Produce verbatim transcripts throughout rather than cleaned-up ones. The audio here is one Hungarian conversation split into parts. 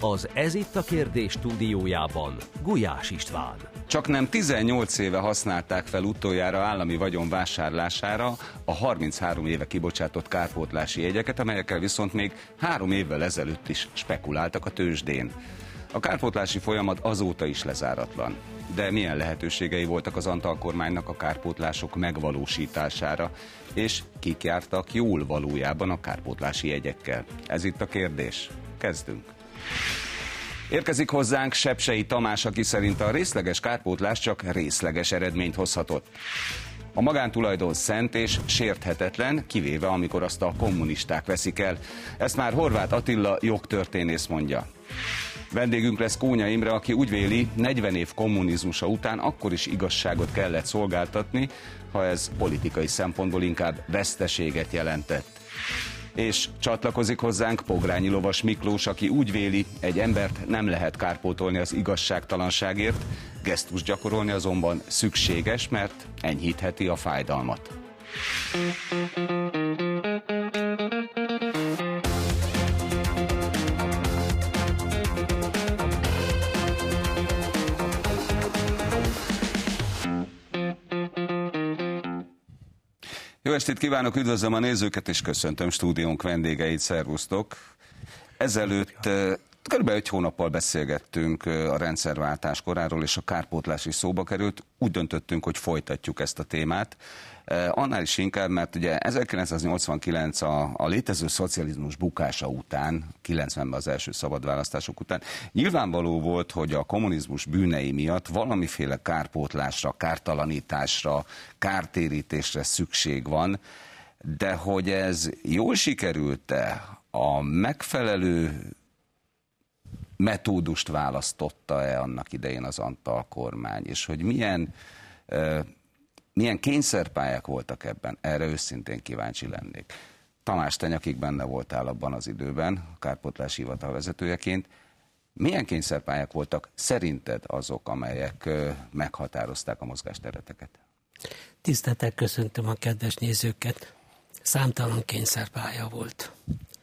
Az Ez itt a kérdés stúdiójában Gulyás István. Csaknem tizennyolc éve használták fel utoljára állami vagyon vásárlására a harminchárom éve kibocsátott kárpótlási jegyeket, amelyekkel viszont még három évvel ezelőtt is spekuláltak a tőzsdén. A kárpótlási folyamat azóta is lezáratlan. De milyen lehetőségei voltak az Antal kormánynak a kárpótlások megvalósítására, és kik jártak jól valójában a kárpótlási jegyekkel? Ez itt a kérdés. Kezdünk. Érkezik hozzánk Sepsei Tamás, aki szerint a részleges kárpótlás csak részleges eredményt hozhatott. A magántulajdon szent és sérthetetlen, kivéve amikor azt a kommunisták veszik el. Ezt már Horváth Attila jogtörténész mondja. Vendégünk lesz Kónya Imre, aki úgy véli, negyven év kommunizmusa után akkor is igazságot kellett szolgáltatni, ha ez politikai szempontból inkább veszteséget jelentett. És csatlakozik hozzánk Pogrányi Lovas Miklós, aki úgy véli, egy embert nem lehet kárpótolni az igazságtalanságért, gesztust gyakorolni azonban szükséges, mert enyhítheti a fájdalmat. Jó estét kívánok, üdvözlöm a nézőket, és köszöntöm stúdiónk vendégeit, szervusztok! Ezelőtt kb. egy hónappal beszélgettünk a rendszerváltás koráról, és a kárpótlás is szóba került. Úgy döntöttünk, hogy folytatjuk ezt a témát. Annál is inkább, mert ugye ezerkilencszáznyolcvankilenc a, a létező szocializmus bukása után, kilencvenben az első szabad választások után, nyilvánvaló volt, hogy a kommunizmus bűnei miatt valamiféle kárpótlásra, kártalanításra, kártérítésre szükség van, de hogy ez jól sikerült-e, a megfelelő metódust választotta-e annak idején az Antal kormány, és hogy milyen... Milyen kényszerpályák voltak ebben? Erre őszintén kíváncsi lennék. Tamás, te nyakig benne voltál abban az időben, a kárpótlási hivatal vezetőjeként. Milyen kényszerpályák voltak szerinted azok, amelyek meghatározták a mozgástereteket? Tiszteltel köszöntöm a kedves nézőket. Számtalan kényszerpálya volt.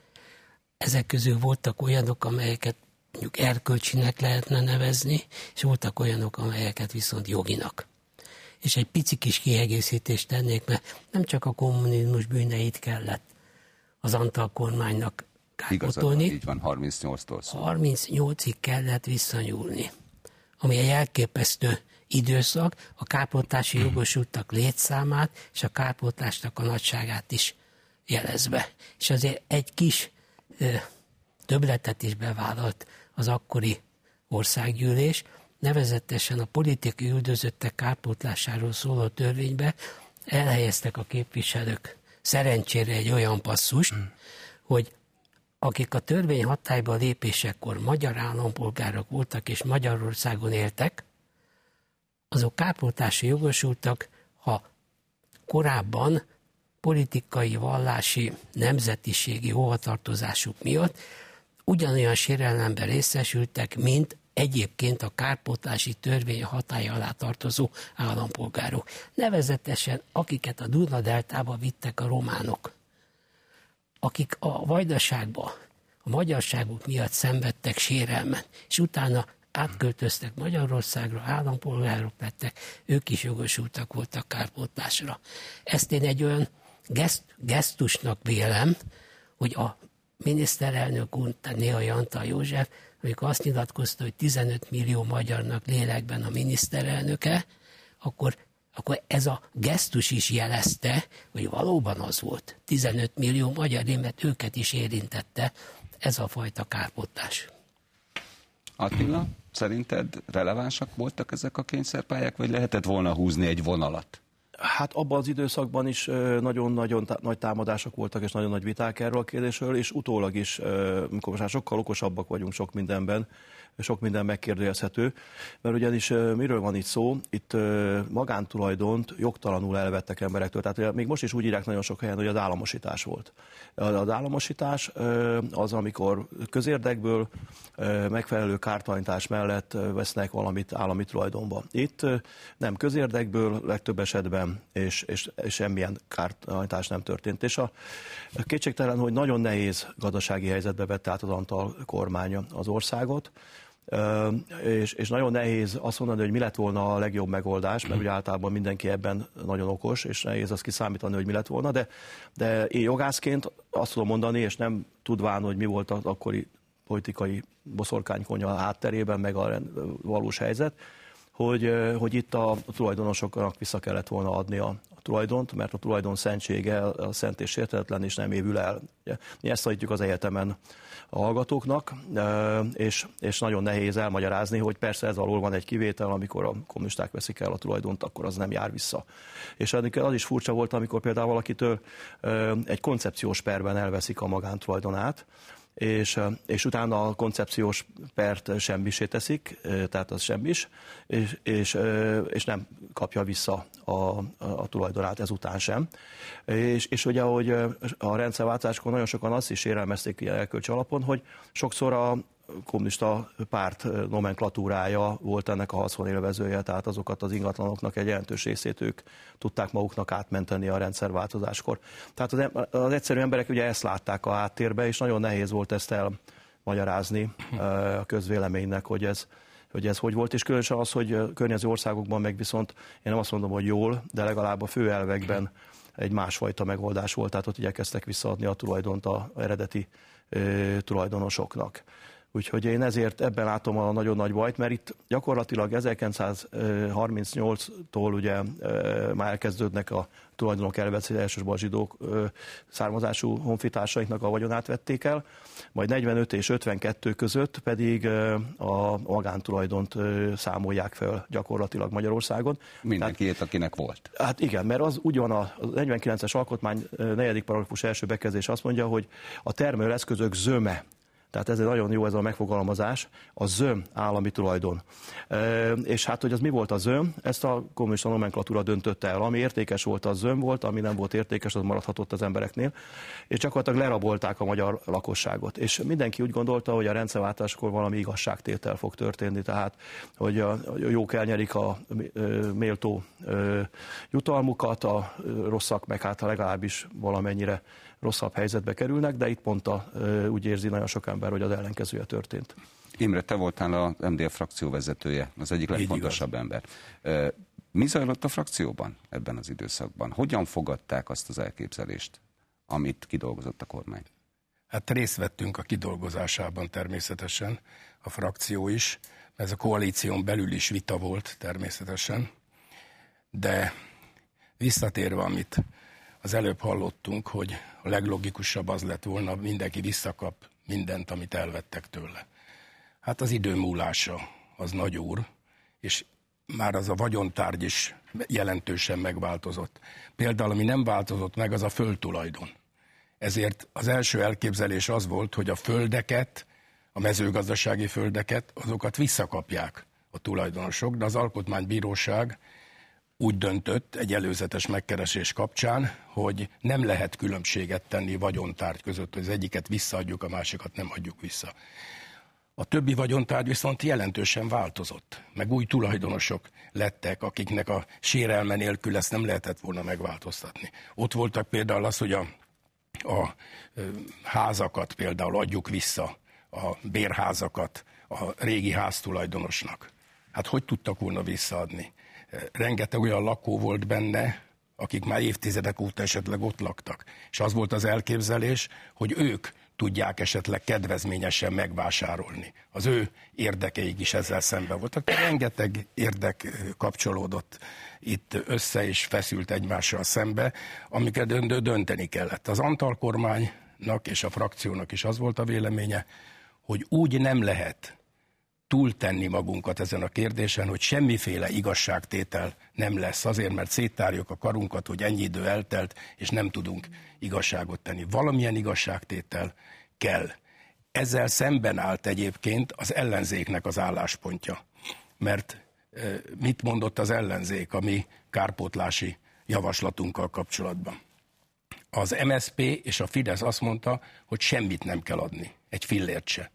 Ezek közül voltak olyanok, amelyeket mondjuk erkölcsinek lehetne nevezni, és voltak olyanok, amelyeket viszont joginak. És egy pici kis kiegészítést tennék, mert nem csak a kommunizmus bűneit kellett az Antal kormánynak kárpótolni. Igazad, így van, harmincnyolctól szó. harmincnyolcig kellett visszanyúlni, ami egy elképesztő időszak, a kárpótlási jogosultak létszámát és a kárpótlásnak a nagyságát is jelezve. És azért egy kis ö, többletet is bevállalt az akkori országgyűlés, nevezetesen a politikai üldözöttek kárpótlásáról szóló törvénybe elhelyeztek a képviselők szerencsére egy olyan passzust, hmm. hogy akik a törvény hatályba lépésekor magyar állampolgárok voltak és Magyarországon éltek, azok kárpótlási jogosultak, ha korábban politikai, vallási, nemzetiségi hovatartozásuk miatt ugyanolyan sérelemben részesültek, mint egyébként a kárpótlási törvény hatálya alá tartozó állampolgárok. Nevezetesen, akiket a Duna-deltába vittek a románok, akik a vajdaságba, a magyarságuk miatt szenvedtek sérelmen, és utána átköltöztek Magyarországra, állampolgárok lettek, ők is jogosultak voltak kárpótlásra. Ezt én egy olyan geszt, gesztusnak vélem, hogy a miniszterelnök úr, Néhai Antal József, amikor azt nyilatkozta, hogy tizenöt millió magyarnak lélekben a miniszterelnöke, akkor, akkor ez a gesztus is jelezte, hogy valóban az volt. tizenöt millió magyar, mert őket is érintette ez a fajta kárpótlás. Attila, szerinted relevánsak voltak ezek a kényszerpályák, vagy lehetett volna húzni egy vonalat? Hát abban az időszakban is nagyon-nagyon tá- nagy támadások voltak, és nagyon nagy viták erről a kérdésről, és utólag is, amikor most már sokkal okosabbak vagyunk sok mindenben, sok minden megkérdőjelezhető, mert ugyanis miről van itt szó? Itt magántulajdont jogtalanul elvettek emberektől, tehát még most is úgy írják nagyon sok helyen, hogy az államosítás volt. Az államosítás az, amikor közérdekből megfelelő kártalanítás mellett vesznek valamit állami tulajdonba. Itt nem közérdekből, legtöbb esetben és, és, és semmilyen kártalanítás nem történt. És a, a kétségtelen, hogy nagyon nehéz gazdasági helyzetbe vette át az Antal kormánya az országot, és, és nagyon nehéz azt mondani, hogy mi lett volna a legjobb megoldás, mert ugye általában mindenki ebben nagyon okos, és nehéz azt kiszámítani, hogy mi lett volna, de, de én jogászként azt tudom mondani, és nem tudván, hogy mi volt az akkori politikai boszorkánykonyha hátterében, meg a valós helyzet, hogy, hogy itt a tulajdonosoknak vissza kellett volna adni a, a tulajdont, mert a tulajdon szentsége a szent és sértetlen, és nem évül el. Mi ezt tanítjuk az egyetemen a hallgatóknak, és, és nagyon nehéz elmagyarázni, hogy persze ez alól van egy kivétel, amikor a kommunisták veszik el a tulajdont, akkor az nem jár vissza. És az is furcsa volt, amikor például valakitől egy koncepciós perben elveszik a magántulajdonát, És, és utána a koncepciós pert semmisé teszik, tehát az semmis, és, és, és nem kapja vissza a, a, a tulajdonát ezután sem. És, és ugye, ahogy a rendszerváltáskor nagyon sokan azt is érelmezték elkölcsi alapon, hogy sokszor a kommunista párt nomenklatúrája volt ennek a haszonélvezője, tehát azokat az ingatlanoknak egy jelentős részét ők tudták maguknak átmenteni a rendszerváltozáskor. Tehát az, az egyszerű emberek ugye ezt látták a háttérbe, és nagyon nehéz volt ezt elmagyarázni a közvéleménynek, hogy ez, hogy ez hogy volt, és különösen az, hogy környező országokban meg viszont, én nem azt mondom, hogy jól, de legalább a főelvekben egy másfajta megoldás volt, tehát ott igyekeztek visszaadni a tulajdont az eredeti ö, tulajdonosoknak. Úgyhogy én ezért ebben látom a nagyon nagy bajt, mert itt gyakorlatilag ezerkilencszázharmincnyolctól ugye már elkezdődnek a tulajdonok elvesztése, elsősorban a zsidók származású honfitársainknak a vagyonát vették el, majd negyvenöt és ötvenkettő között pedig a magántulajdont számolják fel gyakorlatilag Magyarországon. Mindenkiét, akinek volt. Hát igen, mert az úgy van, a negyvenkilences alkotmány negyedik paragrafus első bekezdés azt mondja, hogy a termelőeszközök zöme, tehát ez nagyon jó ez a megfogalmazás, a zöm állami tulajdon. E, és hát, hogy az mi volt a zöm, ezt a kommunista nomenklatúra döntötte el. Ami értékes volt, az zöm volt, ami nem volt értékes, az maradhatott az embereknél. És gyakorlatilag lerabolták a magyar lakosságot. És mindenki úgy gondolta, hogy a rendszerváltáskor valami igazságtétel fog történni, tehát, hogy a jók elnyerik a méltó jutalmukat, a rosszak meg hát legalábbis valamennyire rosszabb helyzetbe kerülnek, de itt pont a, úgy érzi nagyon sok ember, hogy az ellenkezője történt. Imre, te voltál az em dé ef frakció vezetője, az egyik legfontosabb ember. Mi zajlott a frakcióban ebben az időszakban? Hogyan fogadták azt az elképzelést, amit kidolgozott a kormány? Hát részt vettünk a kidolgozásában természetesen, a frakció is, ez a koalíción belül is vita volt természetesen, de visszatérve, amit az előbb hallottunk, hogy a leglogikusabb az lett volna, mindenki visszakap mindent, amit elvettek tőle. Hát az idő múlása az nagy úr, és már az a vagyontárgy is jelentősen megváltozott. Például, ami nem változott meg, az a földtulajdon. Ezért az első elképzelés az volt, hogy a földeket, a mezőgazdasági földeket, azokat visszakapják a tulajdonosok, de az Alkotmánybíróság úgy döntött egy előzetes megkeresés kapcsán, hogy nem lehet különbséget tenni vagyontárgy között, hogy az egyiket visszaadjuk, a másikat nem adjuk vissza. A többi vagyontárgy viszont jelentősen változott, meg új tulajdonosok lettek, akiknek a sérelme nélkül ezt nem lehetett volna megváltoztatni. Ott voltak például az, hogy a, a házakat például adjuk vissza, a bérházakat a régi háztulajdonosnak. Hát hogy tudtak volna visszaadni? Rengeteg olyan lakó volt benne, akik már évtizedek óta esetleg ott laktak. És az volt az elképzelés, hogy ők tudják esetleg kedvezményesen megvásárolni. Az ő érdekeik is ezzel szemben voltak. Rengeteg érdek kapcsolódott itt össze és feszült egymással szembe, amiket dönteni kellett. Az Antal kormánynak és a frakciónak is az volt a véleménye, hogy úgy nem lehet túltenni magunkat ezen a kérdésen, hogy semmiféle igazságtétel nem lesz azért, mert széttárjuk a karunkat, hogy ennyi idő eltelt, és nem tudunk igazságot tenni. Valamilyen igazságtétel kell. Ezzel szemben állt egyébként az ellenzéknek az álláspontja. Mert mit mondott az ellenzék a mi kárpótlási javaslatunkkal kapcsolatban? Az em es zé pé és a Fidesz azt mondta, hogy semmit nem kell adni, egy fillért se.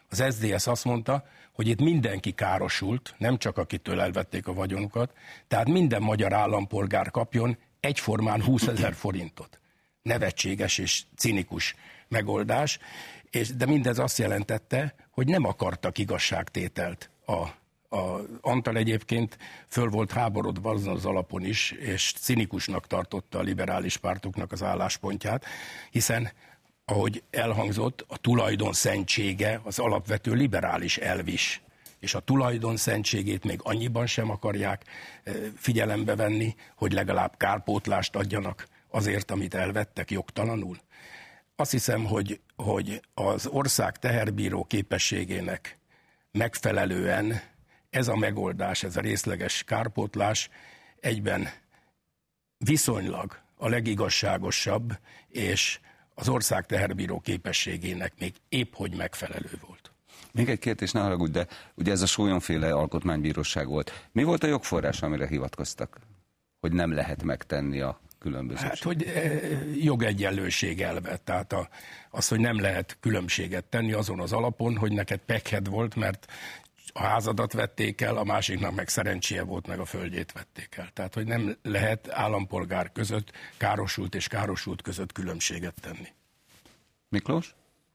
Az es zé dé es azt mondta, hogy itt mindenki károsult, nem csak akitől elvették a vagyonukat, tehát minden magyar állampolgár kapjon egyformán húszezer forintot. Nevetséges és cinikus megoldás, és, de mindez azt jelentette, hogy nem akartak igazságtételt. A, a Antal egyébként föl volt háborodva azon az alapon is, és cinikusnak tartotta a liberális pártoknak az álláspontját, hiszen ahogy elhangzott, a tulajdon szentsége az alapvető liberális elv is. És a tulajdon szentségét még annyiban sem akarják figyelembe venni, hogy legalább kárpótlást adjanak azért, amit elvettek jogtalanul. Azt hiszem, hogy, hogy az ország teherbíró képességének megfelelően ez a megoldás, ez a részleges kárpótlás egyben viszonylag a legigazságosabb, és az ország teherbíró képességének még épp hogy megfelelő volt. Még egy kérdés, ne haragudj, de ugye ez a Sólyomféle alkotmánybíróság volt. Mi volt a jogforrás, amire hivatkoztak? Hogy nem lehet megtenni a különbözőséget? Hát, hogy jogegyenlőség elve. Tehát a, az, hogy nem lehet különbséget tenni azon az alapon, hogy neked pekhed volt, mert a házadat vették el, a másiknak meg szerencséje volt, meg a földjét vették el. Tehát, hogy nem lehet állampolgár között, károsult és károsult között különbséget tenni. Miklós?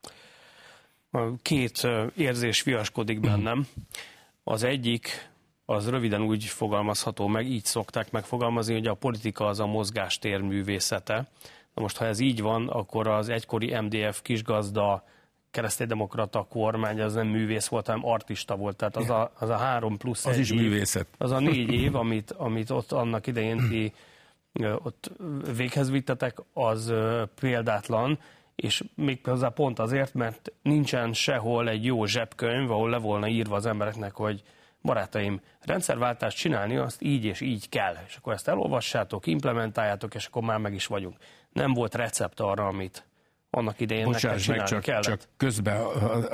Két érzés viaskodik bennem. Az egyik, az röviden úgy fogalmazható meg, így szokták megfogalmazni, hogy a politika az a mozgástér művészete. Na most, ha ez így van, akkor az egykori em dé ef kisgazda kereszténydemokrata kormány az nem művész volt, hanem artista volt. Tehát az a, az a három plusz az egy is év, művészet. Az a négy év, amit, amit ott annak idején ti ott véghez vittetek, az példátlan, és méghozzá pont azért, mert nincsen sehol egy jó zsebkönyv, ahol le volna írva az embereknek, hogy barátaim, rendszerváltást csinálni, azt így és így kell. És akkor ezt elolvassátok, implementáljátok, és akkor már meg is vagyunk. Nem volt recept arra, amit annak idején nektek csinálni csak, kellett. Csak közben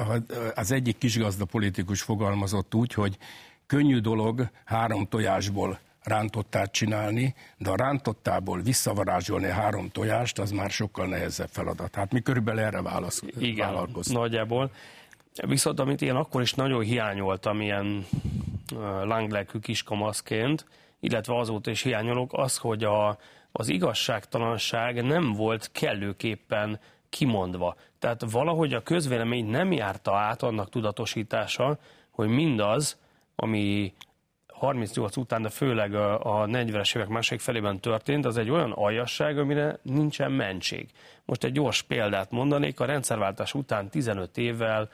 az egyik kisgazda politikus fogalmazott úgy, hogy könnyű dolog három tojásból rántottát csinálni, de a rántottából visszavarázsolni három tojást, az már sokkal nehezebb feladat. Hát mi körülbelül erre válasz, Igen, vállalkoztunk. nagyjából. Viszont amit én akkor is nagyon hiányoltam ilyen lánglelkű kiskamaszként, illetve azóta is hiányolok, az, hogy a, az igazságtalanság nem volt kellőképpen kimondva. Tehát valahogy a közvélemény nem járta át annak tudatosítása, hogy mindaz, ami harmincnyolc után, de főleg a, a negyvenes évek második felében történt, az egy olyan aljasság, amire nincsen mentség. Most egy gyors példát mondanék, a rendszerváltás után tizenöt évvel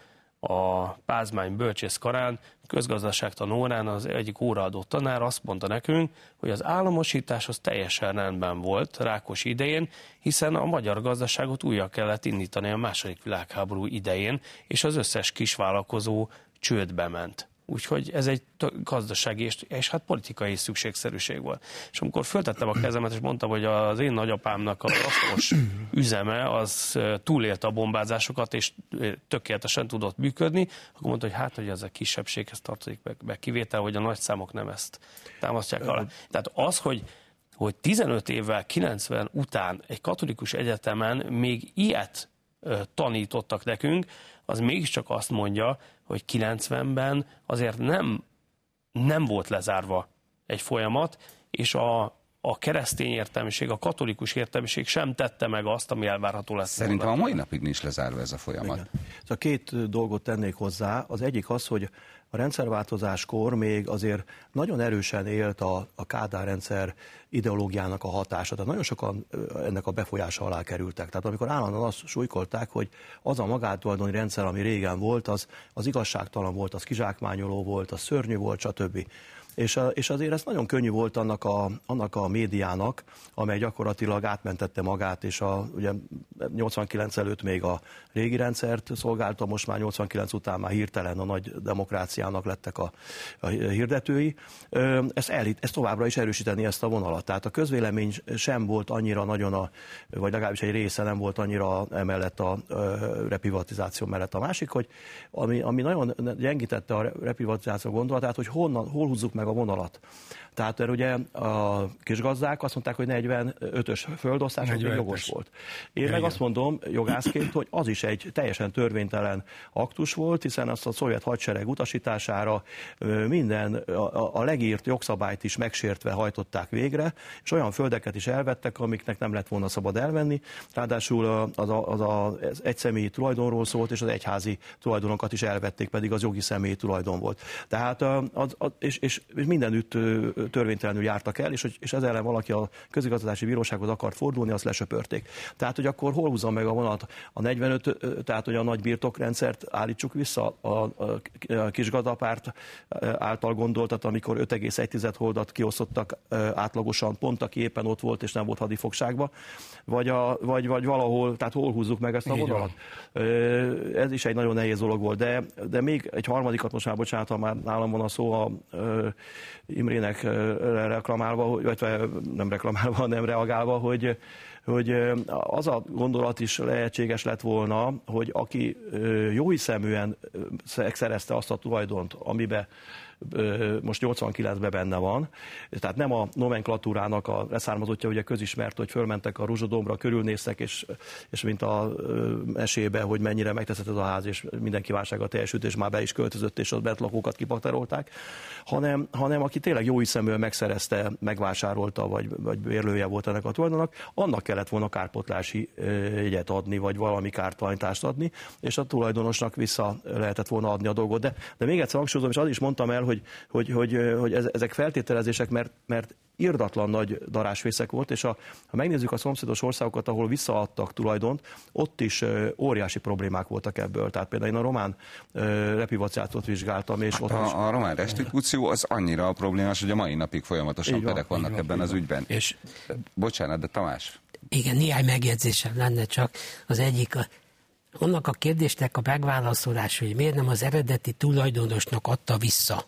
a Pázmány bölcsész karán, közgazdaságtan órán az egyik óraadó tanár azt mondta nekünk, hogy az államosítás az teljesen rendben volt Rákosi idején, hiszen a magyar gazdaságot újra kellett indítani a második világháború idején, és az összes kisvállalkozó csődbe ment. Úgyhogy ez egy gazdasági és, és hát politikai szükségszerűség volt. És amikor föltettem a kezemet, és mondtam, hogy az én nagyapámnak a asztalos üzeme, az túlélte a bombázásokat, és tökéletesen tudott működni, akkor mondta, hogy hát, hogy ez a kisebbséghez tartozik be kivétel, hogy a nagy számok nem ezt támasztják alá. Tehát az, hogy hogy tizenöt évvel kilencven után egy katolikus egyetemen még ilyet tanítottak nekünk, az mégiscsak azt mondja, hogy kilencvenben azért nem, nem volt lezárva egy folyamat, és a, a keresztény értelmiség, a katolikus értelmiség sem tette meg azt, ami elvárható lesz. Szerintem a mai napig nincs lezárva ez a folyamat. Igen. Szóval két dolgot tennék hozzá. Az egyik az, hogy a rendszerváltozáskor még azért nagyon erősen élt a, a Kádár rendszer ideológiának a hatása. Tehát nagyon sokan ennek a befolyása alá kerültek. Tehát amikor állandóan azt súlykolták, hogy az a magátulajdoni rendszer, ami régen volt, az, az igazságtalan volt, az kizsákmányoló volt, az szörnyű volt, stb. És, és azért ez nagyon könnyű volt annak a, annak a médiának, amely gyakorlatilag átmentette magát, és a, ugye nyolcvankilenc előtt még a régi rendszert szolgálta, most már nyolcvankilenc után már hirtelen a nagy demokráciának lettek a, a hirdetői. Ezt, el, ezt továbbra is erősíteni ezt a vonalat. Tehát a közvélemény sem volt annyira nagyon, a, vagy legalábbis egy része nem volt annyira emellett a, a reprivatizáció mellett. A másik, hogy ami, ami nagyon gyengítette a reprivatizáció gondolatát, hogy honnan, hol húzzuk meg a vonalat. Tehát ugye a kisgazdák azt mondták, hogy negyvenötös földosztás még jogos volt. Én meg azt mondom jogászként, hogy az is egy teljesen törvénytelen aktus volt, hiszen azt a szovjet hadsereg utasítására minden, a, a legírt jogszabályt is megsértve hajtották végre, és olyan földeket is elvettek, amiknek nem lett volna szabad elvenni. Ráadásul az, a, az, a, az egyszemélyi tulajdonról szólt, és az egyházi tulajdonokat is elvették, pedig az jogi személyi tulajdon volt. Tehát az, az, és, és mindenütt törvénytelenül jártak el, és, és ez ellen valaki a közigazgatási bírósághoz akart fordulni, azt lesöpörték. Tehát, hogy akkor hol húzzam meg a vonat a negyvenöt, tehát, hogy a nagy birtokrendszert állítsuk vissza a, a, a kisgazdapárt által gondoltat, amikor öt egész egy holdat kiosztottak átlagosan, pont aki éppen ott volt, és nem volt hadifogságba, vagy, a, vagy, vagy valahol, tehát hol húzzuk meg ezt a vonalat. Ez is egy nagyon nehéz dolog volt, de, de még egy harmadikat, most már bocsánat, ha már nálam van a szó, a Imrének reklamálva, vagy nem reklamálva, hanem reagálva, hogy, hogy az a gondolat is lehetséges lett volna, hogy aki jóhiszeműen szerezte azt a tulajdont, amiben most nyolcvankilencben benne van, tehát nem a nomenklatúrának a leszármazottja, ugye közismert, hogy fölmentek a Ruzsodombra, körülnéztek, és, és mint a esélybe, hogy mennyire megteszett ez a ház, és mindenki válsága teljesült, és már be is költözött, és a betlakókat kipakterolták, hanem, hanem aki tényleg jó hiszeműen megszerezte, megvásárolta, vagy, vagy bérlője volt ennek a tulajdonnak, annak kellett volna kárpótlási jegyet adni, vagy valami kártalanítást adni, és a tulajdonosnak vissza lehetett volna adni a dolgot. De, de még egyszer hangsúlyozom, és az is mondtam el, hogy, hogy, hogy, hogy ezek feltételezések, mert, mert irdatlan nagy darásvészek volt, és a, ha megnézzük a szomszédos országokat, ahol visszaadtak tulajdont, ott is óriási problémák voltak ebből. Tehát például én a román reprivatizációt vizsgáltam, és ott a, is... a román restitúció az annyira problémás, hogy a mai napig folyamatosan van, perek vannak van, ebben az ügyben. És bocsánat, de Tamás. Igen, néhány megjegyzésem lenne csak. Az egyik, a, annak a kérdésnek a megválaszolása, hogy miért nem az eredeti tulajdonosnak adta vissza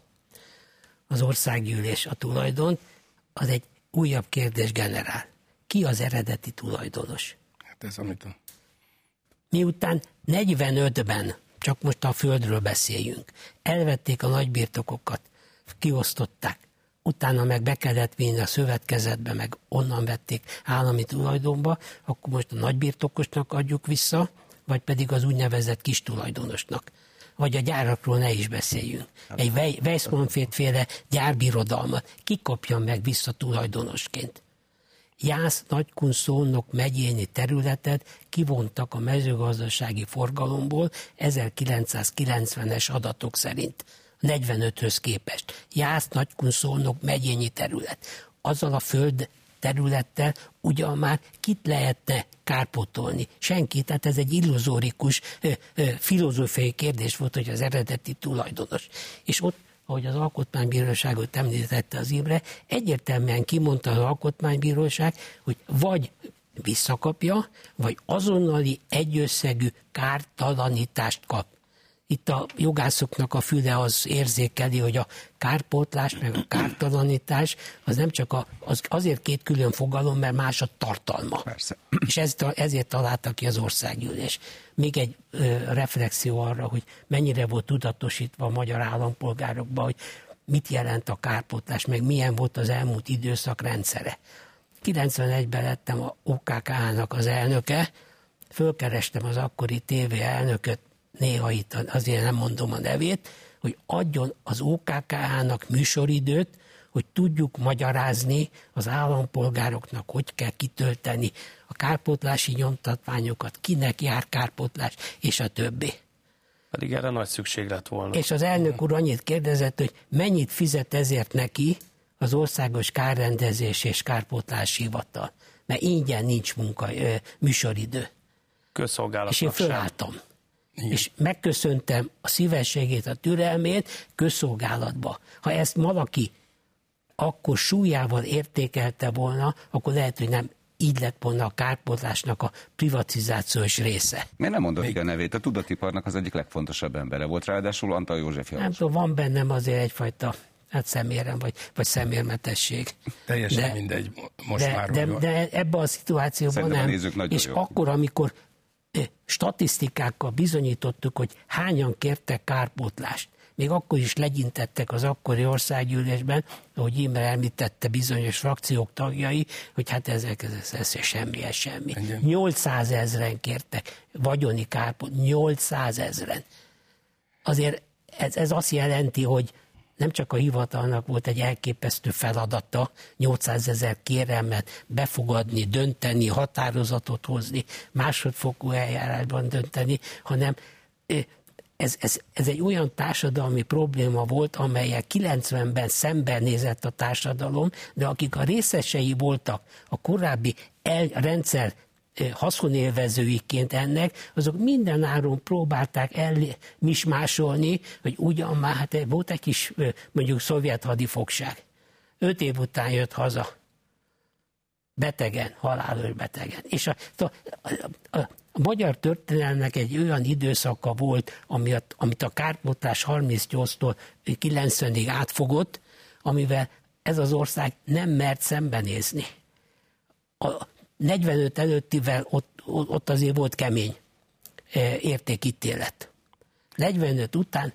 az országgyűlés a tulajdont, az egy újabb kérdés generál. Ki az eredeti tulajdonos? Hát ez amit a... Miután negyvenötben, csak most a földről beszéljünk, elvették a nagybirtokokat, kiosztották, utána meg be kellett vinni a szövetkezetbe, meg onnan vették állami tulajdonba, akkor most a nagybirtokosnak adjuk vissza, vagy pedig az úgynevezett kis tulajdonosnak. Vagy a gyárakról ne is beszéljünk. Egy Weiss-Manfred-féle gyárbirodalmat ki kapja meg vissza tulajdonosként? Jász Nagykunszolnok megyényi területet kivontak a mezőgazdasági forgalomból ezerkilencszázkilencvenes adatok szerint, negyvenöthöz képest. Jász Nagykunszolnok megyényi terület. Azzal a föld területtel ugyan már kit lehetne kárpótolni? Senki, tehát ez egy illuzórikus ö, ö, filozófiai kérdés volt, hogy az eredeti tulajdonos. És ott, ahogy az Alkotmánybíróságot említette az Imre, egyértelműen kimondta az Alkotmánybíróság, hogy vagy visszakapja, vagy azonnali egyösszegű kártalanítást kap. Itt a jogászoknak a füle az érzékeli, hogy a kárpótlás meg a kártalanítás az nem csak a, az azért két külön fogalom, mert más a tartalma. Persze. És ez, ezért találta ki az országgyűlés. Még egy ö, reflexió arra, hogy mennyire volt tudatosítva a magyar állampolgárokban, hogy mit jelent a kárpótlás, meg milyen volt az elmúlt időszak rendszere. kilencvenegyben lettem a o ká ká á-nak az elnöke, fölkerestem az akkori té vé elnököt, néha itt azért nem mondom a nevét, hogy adjon az o ká ká á-nak műsoridőt, hogy tudjuk magyarázni az állampolgároknak, hogy kell kitölteni a kárpótlási nyomtatványokat, kinek jár kárpótlás, és a többi. Pedig erre nagy szükség lett volna. És az elnök úr annyit kérdezett, hogy mennyit fizet ezért neki az Országos Kárrendezés és Kárpótlási Hivatal. Mert ingyen nincs munka, műsoridő. Közszolgálatnak És én fölálltam. Igen. És megköszöntem a szívességét, a türelmét közszolgálatba. Ha ezt valaki akkor súlyával értékelte volna, akkor lehet, hogy nem így lett volna a kárpótlásnak a privatizációs része. Miért nem mondod ki a nevét? A tudatiparnak az egyik legfontosabb embere volt, ráadásul Antal József János. Nem tudom, van bennem azért egyfajta hát szemérem, vagy, vagy szemérmetesség. Teljesen de, mindegy, most de, már. De, de ebben a szituációban nem. És jó. Akkor, amikor statisztikákkal bizonyítottuk, hogy hányan kértek kárpótlást, még akkor is legyintettek az akkori országgyűlésben, ahogy Imre említette bizonyos frakciók tagjai, hogy hát ezek, ez, ez semmi, ez semmi. nyolcszázezren kértek vagyoni kárpót, nyolcszázezren. Azért ez, ez azt jelenti, hogy nem csak a hivatalnak volt egy elképesztő feladata, nyolcszázezer kérelmet befogadni, dönteni, határozatot hozni, másodfokú eljárásban dönteni, hanem ez, ez, ez egy olyan társadalmi probléma volt, amelyel kilencvenben szembenézett a társadalom, de akik a részesei voltak a korábbi el, rendszer haszonélvezőiként ennek, azok mindenáron próbálták elmismásolni, hogy ugyan már hát volt egy kis mondjuk szovjet hadifogság. Öt év után jött haza. Betegen, halálos betegen. És a, a, a, a magyar történelmnek egy olyan időszaka volt, amit, amit a kárpótlás harmincnyolctól kilencvenig átfogott, amivel ez az ország nem mert szembenézni. A negyvenöt előttivel ott, ott azért volt kemény értékítélet. negyvenöt után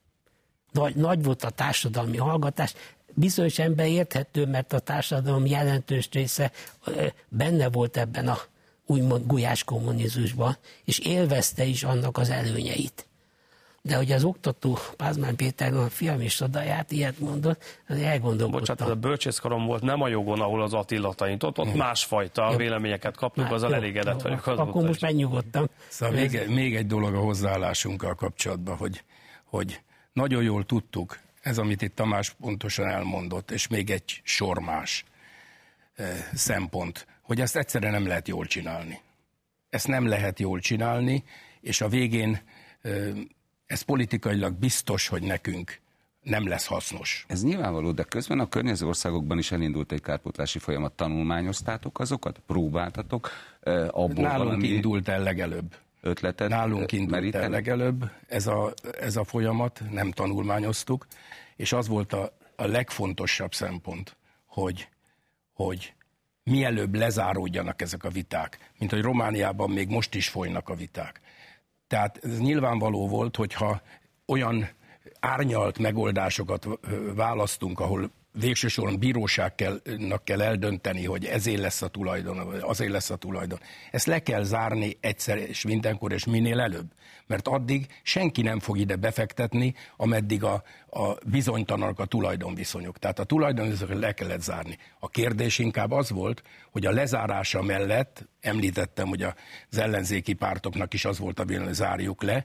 nagy, nagy volt a társadalmi hallgatás, bizonyos ember érthető, mert a társadalom jelentős része benne volt ebben a úgymond gulyás kommunizmusban, és élvezte is annak az előnyeit. De hogy az oktató Pázmány Péter, a fiam is oda járt, ilyet mondott, azért elgondolkodtam. Bocsánat, a bölcsészkarom volt nem a jogon, ahol az Attila tanított, ott másfajta véleményeket kaptunk, azzal elégedett vagyok. Akkor most megnyugodtam. Szóval még, még egy dolog a hozzáállásunkkal kapcsolatban, hogy, hogy nagyon jól tudtuk, ez, amit itt Tamás pontosan elmondott, és még egy sor más eh, szempont, hogy ezt egyszerűen nem lehet jól csinálni. Ezt nem lehet jól csinálni, és a végén eh, ez politikailag biztos, hogy nekünk nem lesz hasznos. Ez nyilvánvaló, de közben a környező országokban is elindult egy kárpótlási folyamat. Tanulmányoztátok azokat? Próbáltatok? Eh, abból Nálunk valami indult el legelőbb. Ötletet Nálunk indult meríteni? el legelőbb ez a, ez a folyamat, nem tanulmányoztuk, és az volt a, a legfontosabb szempont, hogy, hogy mielőbb lezáródjanak ezek a viták, mint hogy Romániában még most is folynak a viták. Tehát ez nyilvánvaló volt, hogyha olyan árnyalt megoldásokat választunk, ahol végső soron bíróságnak kell eldönteni, hogy ezért lesz a tulajdon, vagy azért lesz a tulajdon. Ezt le kell zárni egyszer és mindenkor, és minél előbb. Mert addig senki nem fog ide befektetni, ameddig a, a bizonytalanak a tulajdonviszonyok. Tehát a tulajdonviszonyokat le kellett zárni. A kérdés inkább az volt, hogy a lezárása mellett, említettem, hogy az ellenzéki pártoknak is az volt a vélemény, hogy zárjuk le,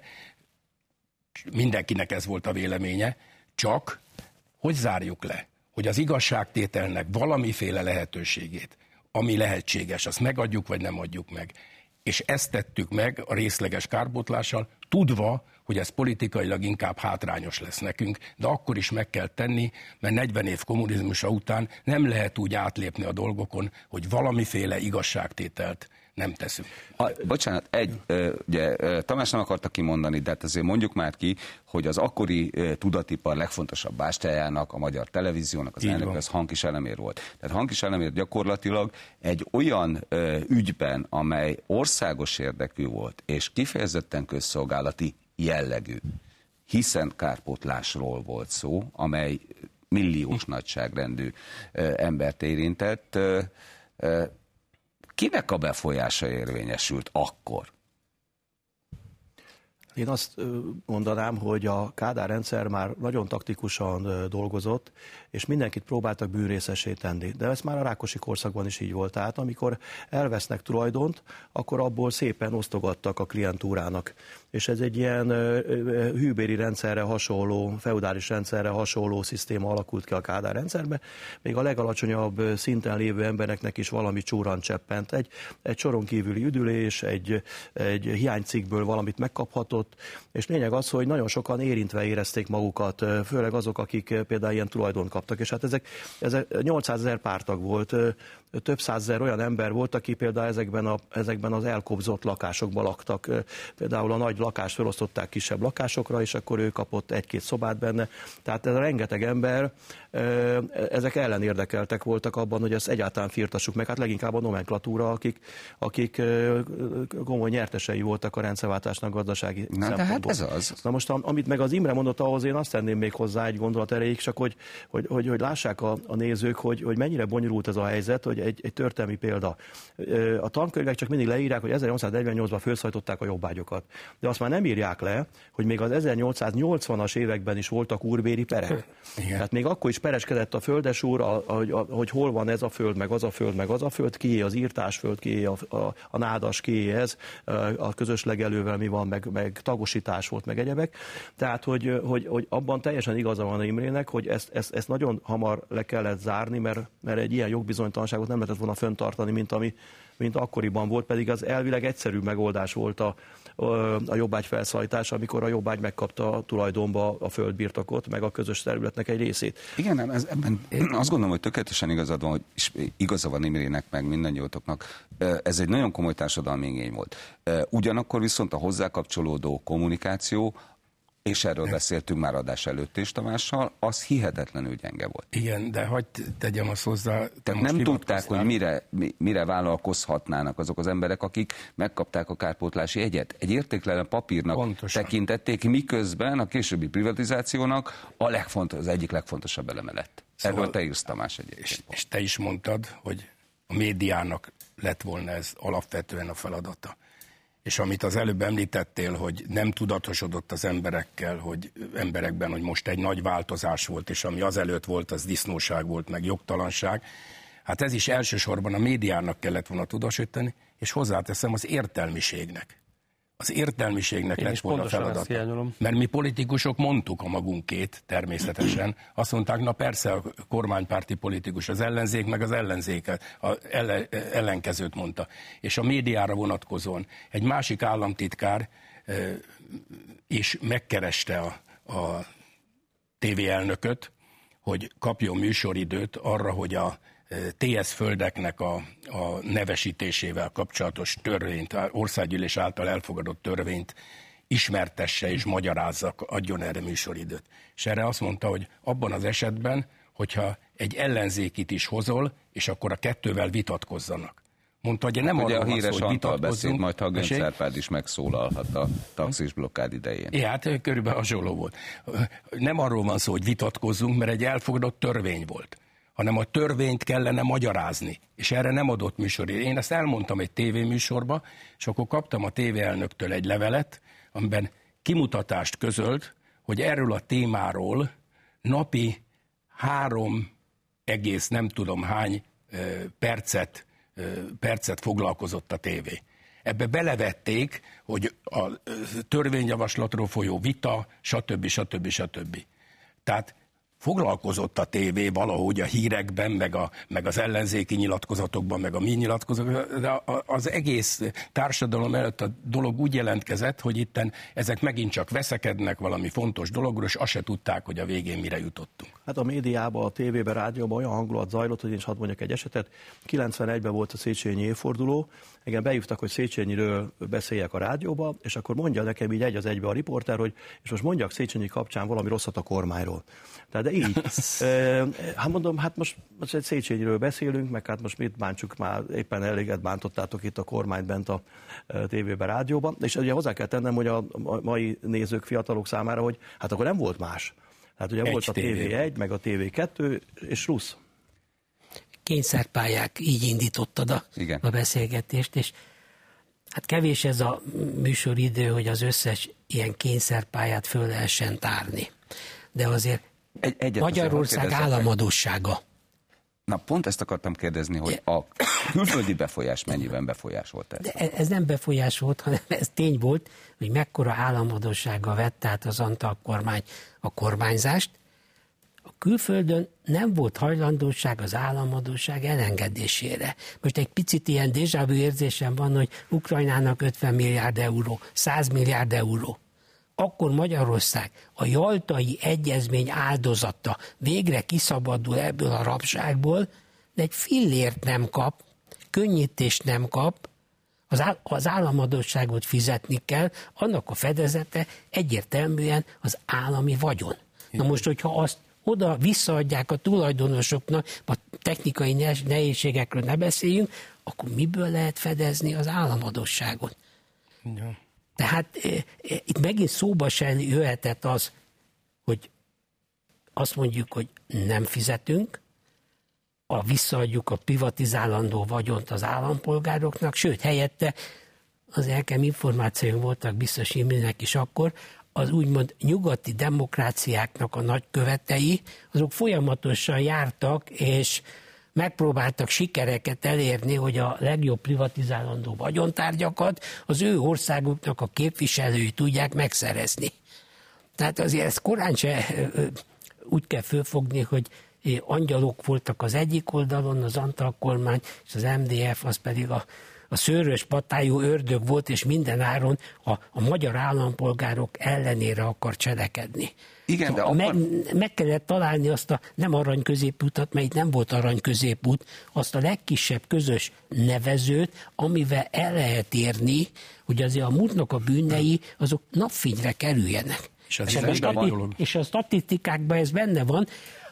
mindenkinek ez volt a véleménye, csak hogy zárjuk le? Hogy az igazságtételnek valamiféle lehetőségét, ami lehetséges, azt megadjuk, vagy nem adjuk meg. És ezt tettük meg a részleges kárpótlással, tudva, hogy ez politikailag inkább hátrányos lesz nekünk, de akkor is meg kell tenni, mert negyven év kommunizmusa után nem lehet úgy átlépni a dolgokon, hogy valamiféle igazságtételt nem teszünk. A, bocsánat, egy, ugye Tamás nem akarta kimondani, de hát azért mondjuk már ki, hogy az akkori tudatipar legfontosabb bástyájának, a magyar televíziónak, az elnök, az Hankis Elemér volt. Tehát Hankis Elemér gyakorlatilag egy olyan ügyben, amely országos érdekű volt, és kifejezetten közszolgálati jellegű, hiszen kárpótlásról volt szó, amely milliós nagyságrendű embert érintett. Kinek a befolyása érvényesült akkor? Én azt mondanám, hogy a Kádár rendszer már nagyon taktikusan dolgozott, és mindenkit próbáltak bűnrészessé tenni. De ez már a Rákosi korszakban is így volt. Tehát amikor elvesznek tulajdont, akkor abból szépen osztogattak a klientúrának. És ez egy ilyen hűbéri rendszerre hasonló, feudális rendszerre hasonló szisztéma alakult ki a Kádár rendszerbe. Még a legalacsonyabb szinten lévő embereknek is valami csúran cseppent. Egy, egy soron kívüli üdülés, egy, egy hiánycikkből valamit megkaphatott, és lényeg az, hogy nagyon sokan érintve érezték magukat, főleg azok, akik például ilyen tulajdon kaptak. És hát ezek, ezek nyolcszázezer pártag volt, több százezer olyan ember volt, aki például ezekben, a, ezekben az elkobzott lakásokban laktak. Például a nagy lakást felosztották kisebb lakásokra, és akkor ő kapott egy-két szobát benne. Tehát ez a rengeteg ember, ezek ellen érdekeltek voltak abban, hogy ezt egyáltalán firtassuk meg. Hát leginkább a nomenklatúra, akik, akik komoly nyertesei voltak a rendszerváltásnak gazdasági Na, szempontból. hát ez az. Na most, amit meg az Imre mondott, ahhoz én azt tenném még hozzá egy gondolat erejéig, csak hogy, hogy, hogy, hogy lássák a, a nézők, hogy, hogy mennyire bonyolult ez a helyzet, hogy egy, egy történelmi példa. A tankönyvek csak mindig leírják, hogy ezernyolcszáznegyvennyolcban felszajtották a jobbágyokat. De azt már nem írják le, hogy még az ezernyolcszáznyolcvanas években is voltak úrbéri perek. Igen. Tehát még akkor is pereskedett a földesúr, a, a, a, hogy hol van ez a föld, meg az a föld, meg az a föld, kié az írtásföld, kié a, a, a nádas, kié ez, a közös legelővel mi van, meg, meg tagosítás volt, meg egyebek. Tehát, hogy, hogy, hogy abban teljesen igaza van Imrének, hogy ezt, ezt, ezt nagyon hamar le kellett zárni, mert, mert egy ilyen jogbizonytalanságot nem lehetett volna fenntartani, mint ami mint akkoriban volt, pedig az elvileg egyszerű megoldás volt a, a jobbágy felszajtás, amikor a jobbágy megkapta a tulajdonba a földbirtokot, meg a közös területnek egy részét. Igen, nem, ez, ebben azt gondolom, hogy tökéletesen igazad van, hogy igaza van Imrének, meg mindannyiótoknak. Ez egy nagyon komoly társadalmi igény volt. Ugyanakkor viszont a hozzá kapcsolódó kommunikáció, és erről beszéltünk már adás előtt is Tamással, az hihetetlenül gyenge volt. Igen, de hagyd tegyem azt hozzá. Tehát nem tudták, hogy mire, mire vállalkozhatnának azok az emberek, akik megkapták a kárpótlási jegyet. Egy értéktelen papírnak Pontosan. tekintették, miközben a későbbi privatizációnak a legfontos, az egyik legfontosabb eleme lett. Szóval, erről te írsz, Tamás, egyébként. És, és te is mondtad, hogy a médiának lett volna ez alapvetően a feladata. És amit az előbb említettél, hogy nem tudatosodott az emberekkel, hogy emberekben, hogy most egy nagy változás volt, és ami azelőtt volt, az disznóság volt, meg jogtalanság. Hát ez is elsősorban a médiának kellett volna tudósítani, és hozzáteszem az értelmiségnek. Az értelmiségnek Én lett volna feladat. Mert mi politikusok mondtuk a magunkét, természetesen. Azt mondták, na persze a kormánypárti politikus, az ellenzék, meg az ellenzéket, az ellen, ellenkezőt mondta. És a médiára vonatkozóan egy másik államtitkár e, is megkereste a, a tévéelnököt, hogy kapjon műsoridőt arra, hogy a té es földeknek a, a nevesítésével kapcsolatos törvényt, országgyűlés által elfogadott törvényt ismertesse és magyarázza, adjon erre műsoridőt. És erre azt mondta, hogy abban az esetben, hogyha egy ellenzékit is hozol, és akkor a kettővel vitatkozzanak. Mondta, hogy nem ugye arról a híres van szó, hogy Antal beszéd, majd ha Göncz Árpád is megszólalhat a taxis blokkád idején. Ja, hát körülbelül hasonló volt. Nem arról van szó, hogy vitatkozzunk, mert egy elfogadott törvény volt, hanem a törvényt kellene magyarázni, és erre nem adott műsoridőt. Én ezt elmondtam egy tévéműsorba, és akkor kaptam a tévéelnöktől egy levelet, amiben kimutatást közölt, hogy erről a témáról napi három egész nem tudom hány percet, percet foglalkozott a tévé. Ebbe belevették, hogy a törvényjavaslatról folyó vita, stb. stb. stb. Tehát foglalkozott a tévé valahogy a hírekben, meg, a, meg az ellenzéki nyilatkozatokban, meg a mi nyilatkozatokban, de az egész társadalom előtt a dolog úgy jelentkezett, hogy itten ezek megint csak veszekednek valami fontos dologról, és azt se tudták, hogy a végén mire jutottunk. Hát a médiában, a tévében, rádióban olyan hangulat zajlott, hogy én is hadd mondjak egy esetet. kilencvenegyben volt a Széchenyi évforduló, engem beívtak, hogy Széchenyiről beszéljek a rádióba, és akkor mondja nekem így egy az egybe a riporter, hogy és most mondjak Széchenyi kapcsán valami rosszat a kormányról. Tehát de így. e, hát mondom, hát most, most egy Széchenyiről beszélünk, meg hát most mit bántsuk már, éppen eléget bántottátok itt a kormányt bent a tévében, rádióban. És ugye hozzá kell tennem, hogy a mai nézők, fiatalok számára, hogy hát akkor nem volt más. Hát ugye egy volt a té vé egy, meg a té vé kettő, és rusz. Kényszerpályák, így indítottad a, a beszélgetést, és hát kevés ez a műsoridő, hogy az összes ilyen kényszerpályát föl lehessen tárni. De azért egy, egyet Magyarország államadóssága. Na pont ezt akartam kérdezni, hogy a külföldi befolyás mennyiben befolyásolt ez? De ez nem befolyás volt, hanem ez tény volt, hogy mekkora államadóssággal vett át az Antal kormány a kormányzást. A külföldön nem volt hajlandóság az államadósság elengedésére. Most egy picit ilyen déjà vu érzésem van, hogy Ukrajnának ötven milliárd euró, száz milliárd euró. Akkor Magyarország a Jaltai Egyezmény áldozata végre kiszabadul ebből a rabságból, de egy fillért nem kap, könnyítést nem kap, Az, áll, az államadósságot fizetni kell, annak a fedezete egyértelműen az állami vagyon. Na most, hogyha azt oda visszaadják a tulajdonosoknak, a technikai nehézségekről ne beszéljünk, akkor miből lehet fedezni az államadósságot? Ja. Tehát e, e, itt megint szóba sem jöhetett az, hogy azt mondjuk, hogy nem fizetünk, a visszaadjuk a privatizálandó vagyont az állampolgároknak, sőt, helyette az nekem információim voltak biztos Imrének is akkor, az úgymond nyugati demokráciáknak a nagykövetei, azok folyamatosan jártak, és megpróbáltak sikereket elérni, hogy a legjobb privatizálandó vagyontárgyakat az ő országuknak a képviselői tudják megszerezni. Tehát azért ezt korán se úgy kell fölfogni, hogy angyalok voltak az egyik oldalon, az Antal kormány, és az em dé ef az pedig a, a szőrös patályú ördög volt, és minden áron a, a magyar állampolgárok ellenére akar cselekedni. Igen, de akkor... meg, meg kellett találni azt a nem arany középutat, mert itt nem volt arany középút, azt a legkisebb közös nevezőt, amivel el lehet érni, hogy azért a múltnak a bűnei azok napfényre kerüljenek. És, és, a, stati- és a statisztikákban ez benne van,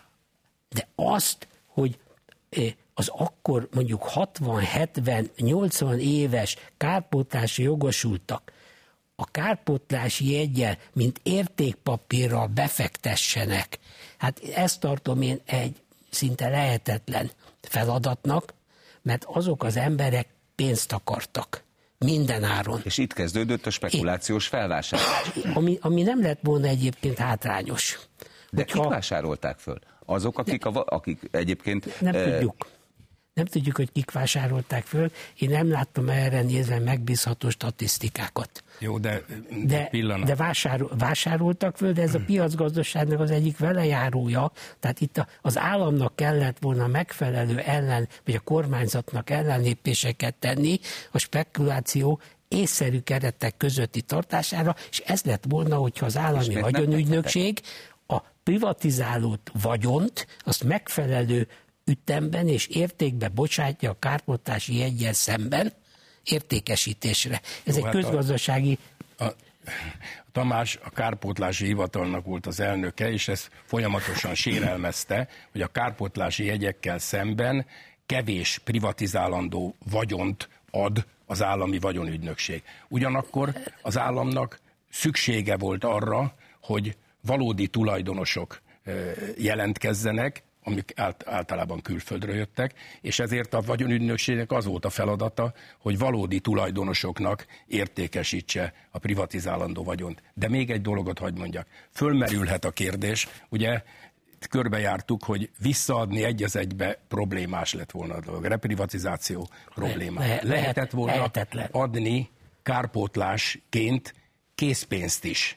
de azt, hogy az akkor mondjuk hatvan, hetven, nyolcvan éves kárpótlási jogosultak a kárpótlási jeggyel, mint értékpapírral befektessenek, hát ezt tartom én egy szinte lehetetlen feladatnak, mert azok az emberek pénzt akartak. Minden áron. És itt kezdődött a spekulációs felvásárlás. Ami, ami nem lett volna egyébként hátrányos. De kik vásárolták föl? Azok, akik, a, akik egyébként... Nem e... tudjuk. Nem tudjuk, hogy kik vásárolták föl. Én nem láttam erre nézve megbízható statisztikákat. Jó, de, de, pillanat. de vásárol, vásároltak föl, de ez a piacgazdaságnak az egyik velejárója. Tehát itt a, az államnak kellett volna megfelelő ellen, vagy a kormányzatnak ellenlépéseket tenni a spekuláció észszerű keretek közötti tartására, és ez lett volna, hogyha az állami vagyonügynökség a privatizált vagyont, azt megfelelő ütemben és értékbe bocsátja a kárpótlási jeggyel szemben értékesítésre. Ez Jó, egy hát közgazdasági... A, a, Tamás a kárpótlási hivatalnak volt az elnöke, és ezt folyamatosan sérelmezte, hogy a kárpótlási jegyekkel szemben kevés privatizálandó vagyont ad az állami vagyonügynökség. Ugyanakkor az államnak szüksége volt arra, hogy valódi tulajdonosok jelentkezzenek, amik általában külföldről jöttek, és ezért a vagyonügynökségnek az volt a feladata, hogy valódi tulajdonosoknak értékesítse a privatizálandó vagyont. De még egy dologot hadd mondjak. Fölmerülhet a kérdés, ugye körbejártuk, hogy visszaadni egy az egybe problémás lett volna a dolog. Reprivatizáció problémás. Le, le, Lehetett volna lehetetlen. adni kárpótlásként készpénzt is.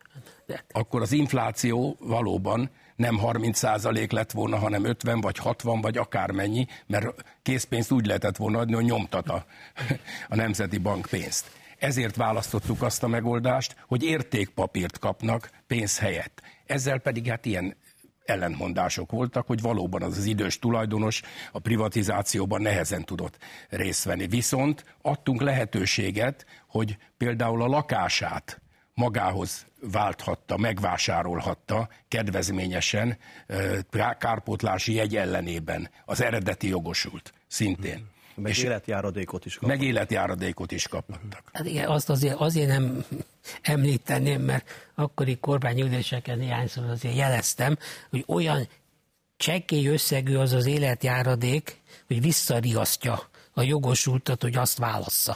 Akkor az infláció valóban nem harminc százalék lett volna, hanem ötven vagy hatvan vagy akármennyi, mert készpénzt úgy lehetett volna adni, hogy nyomtat a, a Nemzeti Bank pénzt. Ezért választottuk azt a megoldást, hogy értékpapírt kapnak pénz helyett. Ezzel pedig hát ilyen ellentmondások voltak, hogy valóban az az idős tulajdonos a privatizációban nehezen tudott részt venni. Viszont adtunk lehetőséget, hogy például a lakását magához válthatta, megvásárolhatta kedvezményesen kárpótlási jegy ellenében az eredeti jogosult szintén. Meg és életjáradékot is kaptak. Meg életjáradékot is kaptak. Hát igen, azt azért, azért nem említeném, mert akkori kormányüléseken néhányszor azért jeleztem, hogy olyan csekély összegű az az életjáradék, hogy visszariasztja a jogosultat, hogy azt válassza.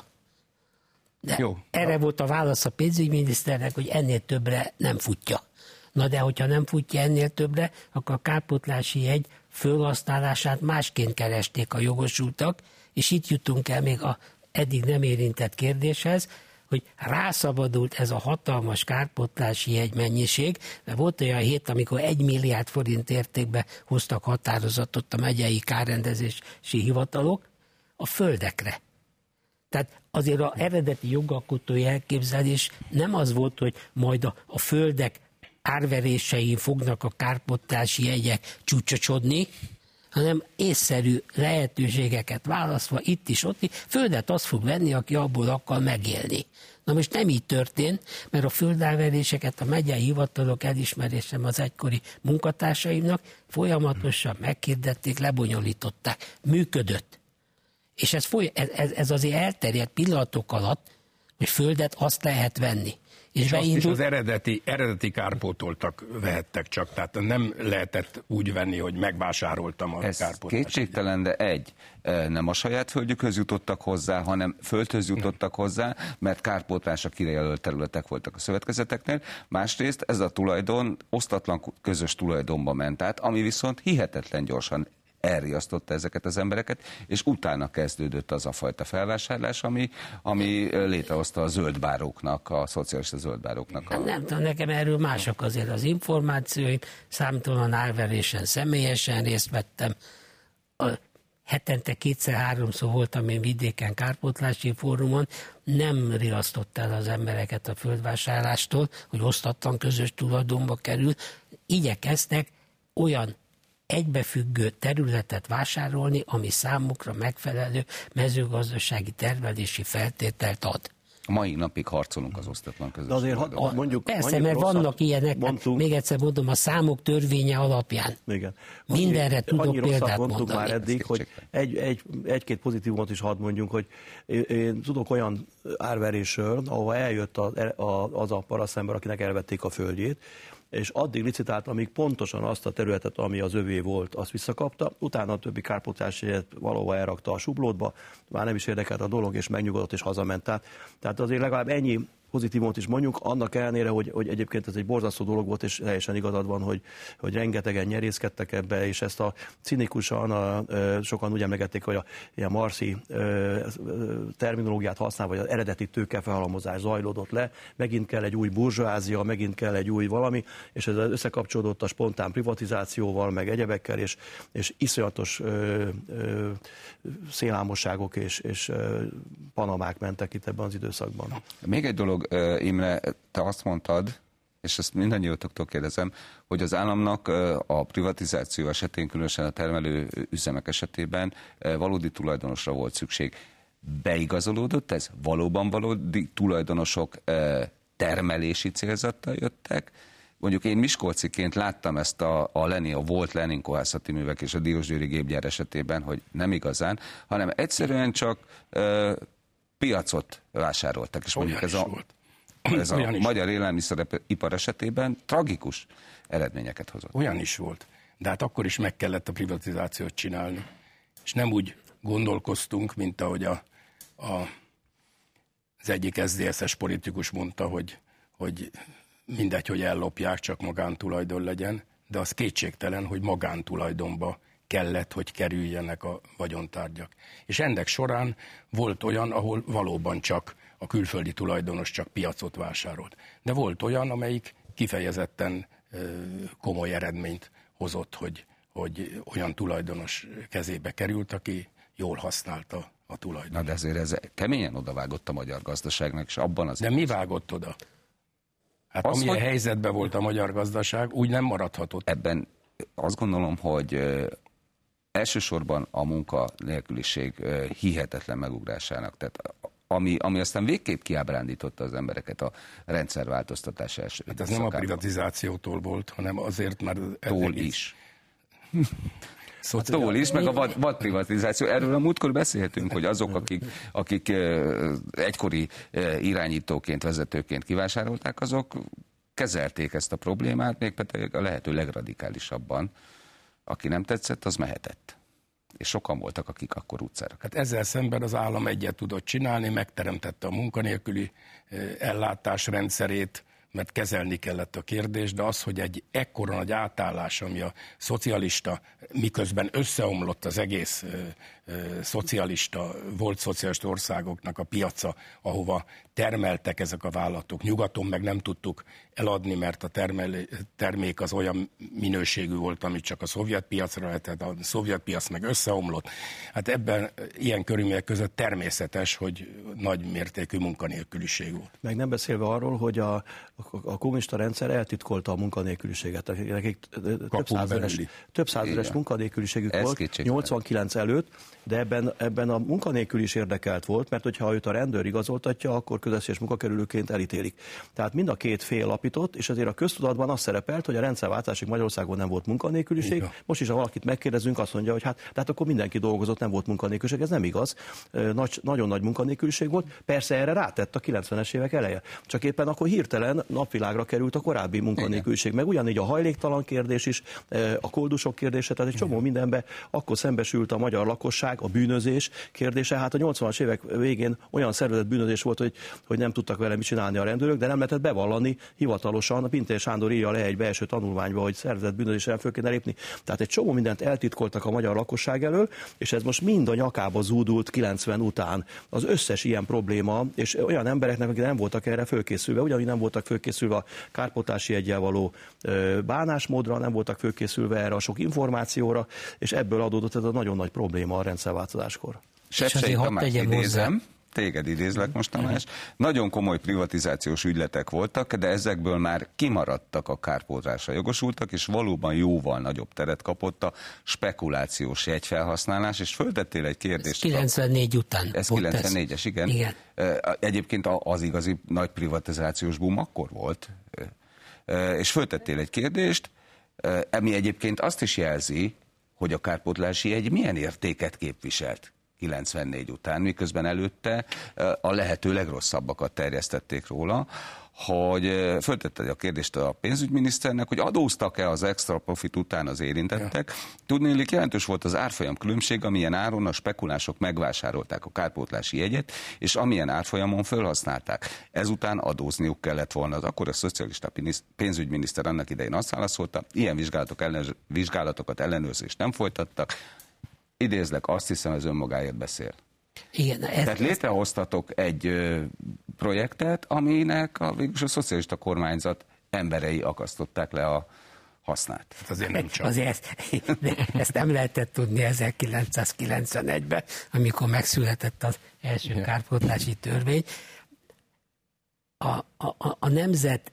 De Jó. erre volt a válasz a pénzügyminiszternek, hogy ennél többre nem futja. Na de hogyha nem futja ennél többre, akkor a kárpótlási jegy fölhasználását másként keresték a jogosultak, és itt jutunk el még a eddig nem érintett kérdéshez, hogy rászabadult ez a hatalmas kárpótlási jegy mennyiség, mert volt olyan hét, amikor egy milliárd forint értékbe hoztak határozatot a megyei kárrendezési hivatalok a földekre. Tehát azért az eredeti jogalkotói elképzelés nem az volt, hogy majd a, a földek árverésein fognak a kárpótlási jegyek csúcsocsodni, hanem észszerű lehetőségeket választva itt is, ott is, földet azt fog venni, aki abból akar megélni. Na most nem így történt, mert a földelveréseket a megyei hivatalok, elismerésem az egykori munkatársaimnak, folyamatosan meghirdették, lebonyolították. Működött. És ez, foly- ez, ez azért elterjedt pillanatok alatt, hogy földet azt lehet venni. És, és beindul... azt is az eredeti, eredeti kárpótoltak vehettek csak, tehát nem lehetett úgy venni, hogy megvásároltam a ez kárpótlást. kétségtelen, de egy, nem a saját földjükhöz jutottak hozzá, hanem földhöz jutottak hozzá, mert kárpótlásra kijelölt területek voltak a szövetkezeteknél. Másrészt ez a tulajdon osztatlan közös tulajdonba ment át, ami viszont hihetetlen gyorsan elriasztotta ezeket az embereket, és utána kezdődött az a fajta felvásárlás, ami, ami létrehozta a zöldbáróknak, a szocialista zöldbáróknak. A... Nem tudom, nekem erről mások azért az információim, számtalan árverésen személyesen részt vettem. A hetente kétszer-háromszor voltam én vidéken kárpótlási fórumon, nem riasztott el az embereket a földvásárlástól, hogy osztatlan közös tulajdonba kerül. Igyekeztek olyan egybefüggő területet vásárolni, ami számukra megfelelő mezőgazdasági termelési feltételt ad. A mai napig harcolunk az osztatlan közös. De azért ha, mondjuk, Persze, mert vannak ilyenek, mondtunk, még egyszer mondom, a számok törvénye alapján. Igen. Mindenre annyi, tudok annyi példát mondtuk mondani. már eddig, hogy egy, egy, egy-két pozitívumot is hadd mondjunk, hogy én, én tudok olyan árverésről, ahova eljött az, az a parasztember, akinek elvették a földjét, és addig licitált, amíg pontosan azt a területet, ami az övé volt, azt visszakapta, utána a többi kárpótlásért valahova elrakta a sublódba, már nem is érdekelt a dolog, és megnyugodott, és hazament. Tehát, tehát azért legalább ennyi pozitívumot is mondjuk, annak ellenére, hogy, hogy egyébként ez egy borzasztó dolog volt, és teljesen igazad van, hogy, hogy rengetegen nyerészkedtek ebbe, és ezt a cinikusan, a, sokan úgy emlegették, hogy a ilyen marszi terminológiát használ, vagy az eredeti tőkefelhalmozás zajlódott le, megint kell egy új burzsóázia, megint kell egy új valami, és ez összekapcsolódott a spontán privatizációval, meg egyebekkel, és, és iszonyatos ö, ö, szélálmosságok és, és ö, panamák mentek itt ebben az időszakban. Még egy dolog, Imre, te azt mondtad, és ezt mindannyiótoktól kérdezem, hogy az államnak a privatizáció esetén, különösen a termelő üzemek esetében valódi tulajdonosra volt szükség. Beigazolódott ez? Valóban valódi tulajdonosok termelési célzattal jöttek? Mondjuk én miskolciként láttam ezt a, a Lenin, a volt Lenin kohászati művek és a Diósgyőri gépgyár esetében, hogy nem igazán, hanem egyszerűen csak uh, piacot vásároltak. És mondjuk ez a, ez a magyar élelmiszeripar esetében tragikus eredményeket hozott. Olyan is volt. De hát akkor is meg kellett a privatizációt csinálni. És nem úgy gondolkoztunk, mint ahogy a, a, az egyik es zé dé es-es politikus mondta, hogy, hogy mindegy, hogy ellopják, csak magántulajdon legyen, de az kétségtelen, hogy magántulajdonba kellett, hogy kerüljenek a vagyontárgyak. És ennek során volt olyan, ahol valóban csak a külföldi tulajdonos csak piacot vásárolt. De volt olyan, amelyik kifejezetten komoly eredményt hozott, hogy, hogy olyan tulajdonos kezébe került, aki jól használta a tulajdon. Na de ezért ez keményen odavágott a magyar gazdaságnak, és abban az... De mi vágott oda? Hát az, amilyen hogy... helyzetben volt a magyar gazdaság, úgy nem maradhatott. Ebben azt gondolom, hogy elsősorban a munkanélküliség hihetetlen megugrásának, tehát ami, ami aztán végképp kiábrándította az embereket a rendszerváltoztatás első. Hát ez nem a privatizációtól volt, hanem azért, mert... Tól is. Tól is, meg a vad, vadprivatizáció. Erről a múltkor beszélhetünk, hogy azok, akik, akik egykori irányítóként, vezetőként kivásárolták, azok kezelték ezt a problémát, mégpedig a lehető legradikálisabban. Aki nem tetszett, az mehetett. És sokan voltak, akik akkor utcára. Hát ezzel szemben az állam egyet tudott csinálni, megteremtette a munkanélküli ellátás rendszerét, mert kezelni kellett a kérdést, de az, hogy egy ekkora nagy átállás, ami a szocialista, miközben összeomlott az egész ö, ö, szocialista, volt szocialista országoknak a piaca, ahova termeltek ezek a vállalatok. Nyugaton meg nem tudtuk eladni, mert a termel, termék az olyan minőségű volt, amit csak a szovjet piacra lehetett, a szovjet piac meg összeomlott. Hát ebben ilyen körülmények között természetes, hogy nagy mértékű munkanélküliség volt. Meg nem beszélve arról, hogy a, a, a kommunista rendszer eltitkolta a munkanélküliséget. Nekik több százeres, több százeres munkanélküliségük volt nyolcvankilenc előtt, de ebben, ebben a munkanélkül is érdekelt volt, mert hogyha őt a rendőr igazoltatja, akkor közösséges munkakerülőként elítélik. Tehát mind a két fél lapított, és azért a köztudatban az szerepelt, hogy a rendszerváltásig Magyarországon nem volt munkanélküliség. Igen. Most is, ha valakit megkérdezünk, azt mondja, hogy hát, tehát akkor mindenki dolgozott, nem volt munkanélküliség. Ez nem igaz. Nagy, nagyon nagy munkanélküliség volt. Persze erre rátett a kilencvenes évek eleje. Csak éppen akkor hirtelen napvilágra került a korábbi munkanélküliség. Igen. Meg ugyanígy a hajléktalan kérdés is, a koldusok kérdése, tehát egy csomó Igen. mindenbe akkor szembesült a magyar lakosság, a bűnözés kérdése. Hát a nyolcvanas évek végén olyan szervezett bűnözés volt, hogy, hogy nem tudtak vele mit csinálni a rendőrök, de nem lehetett bevallani hivatalosan. A Pintér Sándor írja le egy belső tanulmányba, hogy szervezett bűnözésre föl kéne lépni. Tehát egy csomó mindent eltitkoltak a magyar lakosság elől, és ez most mind a nyakába zúdult kilencven után. Az összes ilyen probléma, és olyan embereknek, akik nem voltak erre fölkészülve, ugyanúgy nem voltak fölkészülve a kárpótlási eggyel való bánásmódra, nem voltak fölkészülve erre a sok információra, és ebből adódott ez a nagyon nagy probléma a rendszerváltozáskor. Sepsei Tamás idézem, téged idézlek most, Tamás. Nagyon komoly privatizációs ügyletek voltak, de ezekből már kimaradtak a kárpótlásra jogosultak, és valóban jóval nagyobb teret kapott a spekulációs jegyfelhasználás, és föltettél egy kérdést. Ez kilencvennégy után. Ez kilencvennégyes, igen. igen. Egyébként az igazi nagy privatizációs boom akkor volt, és föltettél egy kérdést, ami egyébként azt is jelzi, hogy a kárpótlási jegy milyen értéket képviselt kilencvennégy után, miközben előtte a lehető legrosszabbakat terjesztették róla, hogy föltetted a kérdést a pénzügyminiszternek, hogy adóztak-e az extra profit után az érintettek. Tudnélik, jelentős volt az árfolyam különbség, amilyen áron a spekulások megvásárolták a kárpótlási jegyet, és amilyen árfolyamon felhasználták. Ezután adózniuk kellett volna. Az akkor a szocialista pénzügyminiszter annak idején azt válaszolta, ilyen vizsgálatok ellen, vizsgálatokat ellenőrzést nem folytattak. Idézlek, azt hiszem, ez önmagáért beszél. Igen, ez, Tehát létrehoztatok egy ö, projektet, aminek a, végülis a szocialista kormányzat emberei akasztották le a hasznát. Hát azért nem csak. Azért ezt nem lehetett tudni ezerkilencszázkilencvenegyben, amikor megszületett az első yeah. kárpótlási törvény. A, a, a, a nemzeti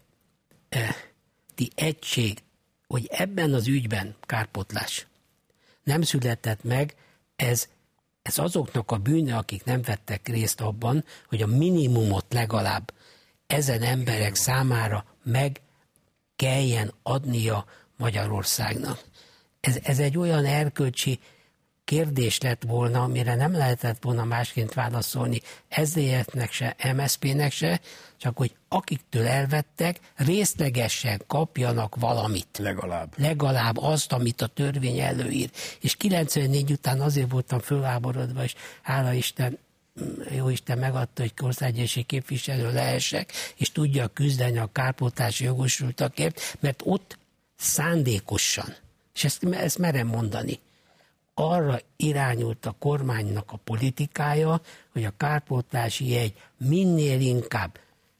egység, hogy ebben az ügyben kárpótlás nem született meg, ez, ez azoknak a bűne, akik nem vettek részt abban, hogy a minimumot legalább ezen emberek számára meg kelljen adnia Magyarországnak. Ez, ez egy olyan erkölcsi kérdés lett volna, amire nem lehetett volna másként válaszolni es zé ef-nek se, em es zé pé-nek se, csak hogy akiktől elvettek, részlegesen kapjanak valamit. Legalább. Legalább azt, amit a törvény előír. És kilencvennégy után azért voltam fölháborodva, és hála Isten, jó Isten megadta, hogy országgyűlési képviselő lehessek, és tudja küzdeni a kárpótlási jogosultakért, mert ott szándékosan, és ezt, ezt merem mondani, arra irányult a kormánynak a politikája, hogy a kárpótlási jegy minél inkább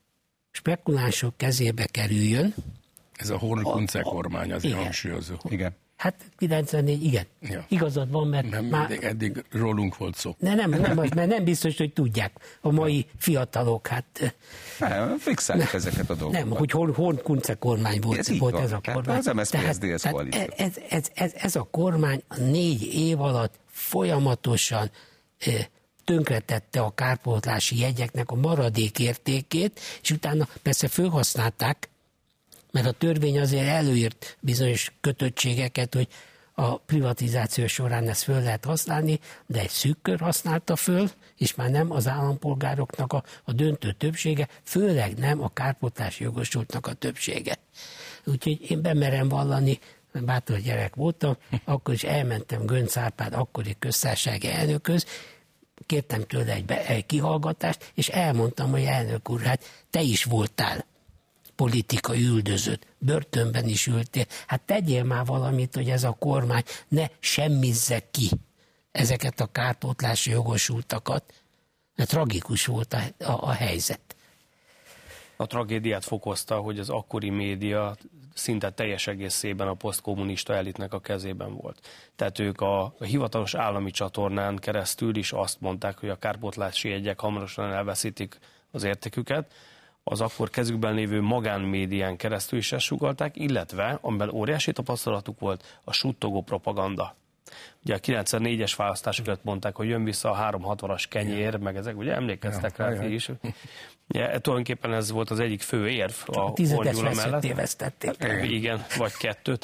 spekulánsok kezébe kerüljön. Ez a Horn-Kunce kormány, azért hangsúlyozó. Igen. Hát kilencvennégy, igen. Ja. Igazad van, mert nem, már... Eddig, eddig rólunk volt szó. Ne, nem, nem, mert nem biztos, hogy tudják a mai fiatalok. Hát... Nem, fixáljuk ezeket a dolgokat. Nem, hogy Horn-Kunce kormány volt ez, volt ez a kormány. Az em es zé pé es dé es koalíció. Ez, ez, ez, ez a kormány a négy év alatt folyamatosan eh, tönkretette a kárpótlási jegyeknek a maradék értékét, és utána persze felhasználták, mert a törvény azért előírt bizonyos kötöttségeket, hogy a privatizáció során ezt föl lehet használni, de egy szűk kör használta föl, és már nem az állampolgároknak a, a döntő többsége, főleg nem a kárpótlási jogosultnak a többsége. Úgyhogy én bemerem vallani, bátor gyerek voltam, akkor is elmentem Göncz Árpád akkori köztársasági elnökhöz, kértem tőle egy, be, egy kihallgatást, és elmondtam, hogy elnök úr, hát te is voltál politikai üldözött, börtönben is ültél. Hát tegyél már valamit, hogy ez a kormány ne semmizze ki ezeket a kárpótlási jogosultakat, mert tragikus volt a, a, a helyzet. A tragédiát fokozta, hogy az akkori média szinte teljes egészében a posztkommunista elitnek a kezében volt. Tehát ők a, a hivatalos állami csatornán keresztül is azt mondták, hogy a kárpótlási jegyek hamarosan elveszítik az értéküket, az akkor kezükben lévő magánmédián keresztül is ezt sugallták, illetve, amiben óriási tapasztalatuk volt, a suttogó propaganda. Ugye a kilencvennégyes választásokat mondták, hogy jön vissza a háromszázhatvanas kenyér, meg ezek, ugye emlékeztek ja, rá ti is. Ugye, tulajdonképpen ez volt az egyik fő érv a Kornyula mellett. Tévesztették. Igen, vagy kettőt.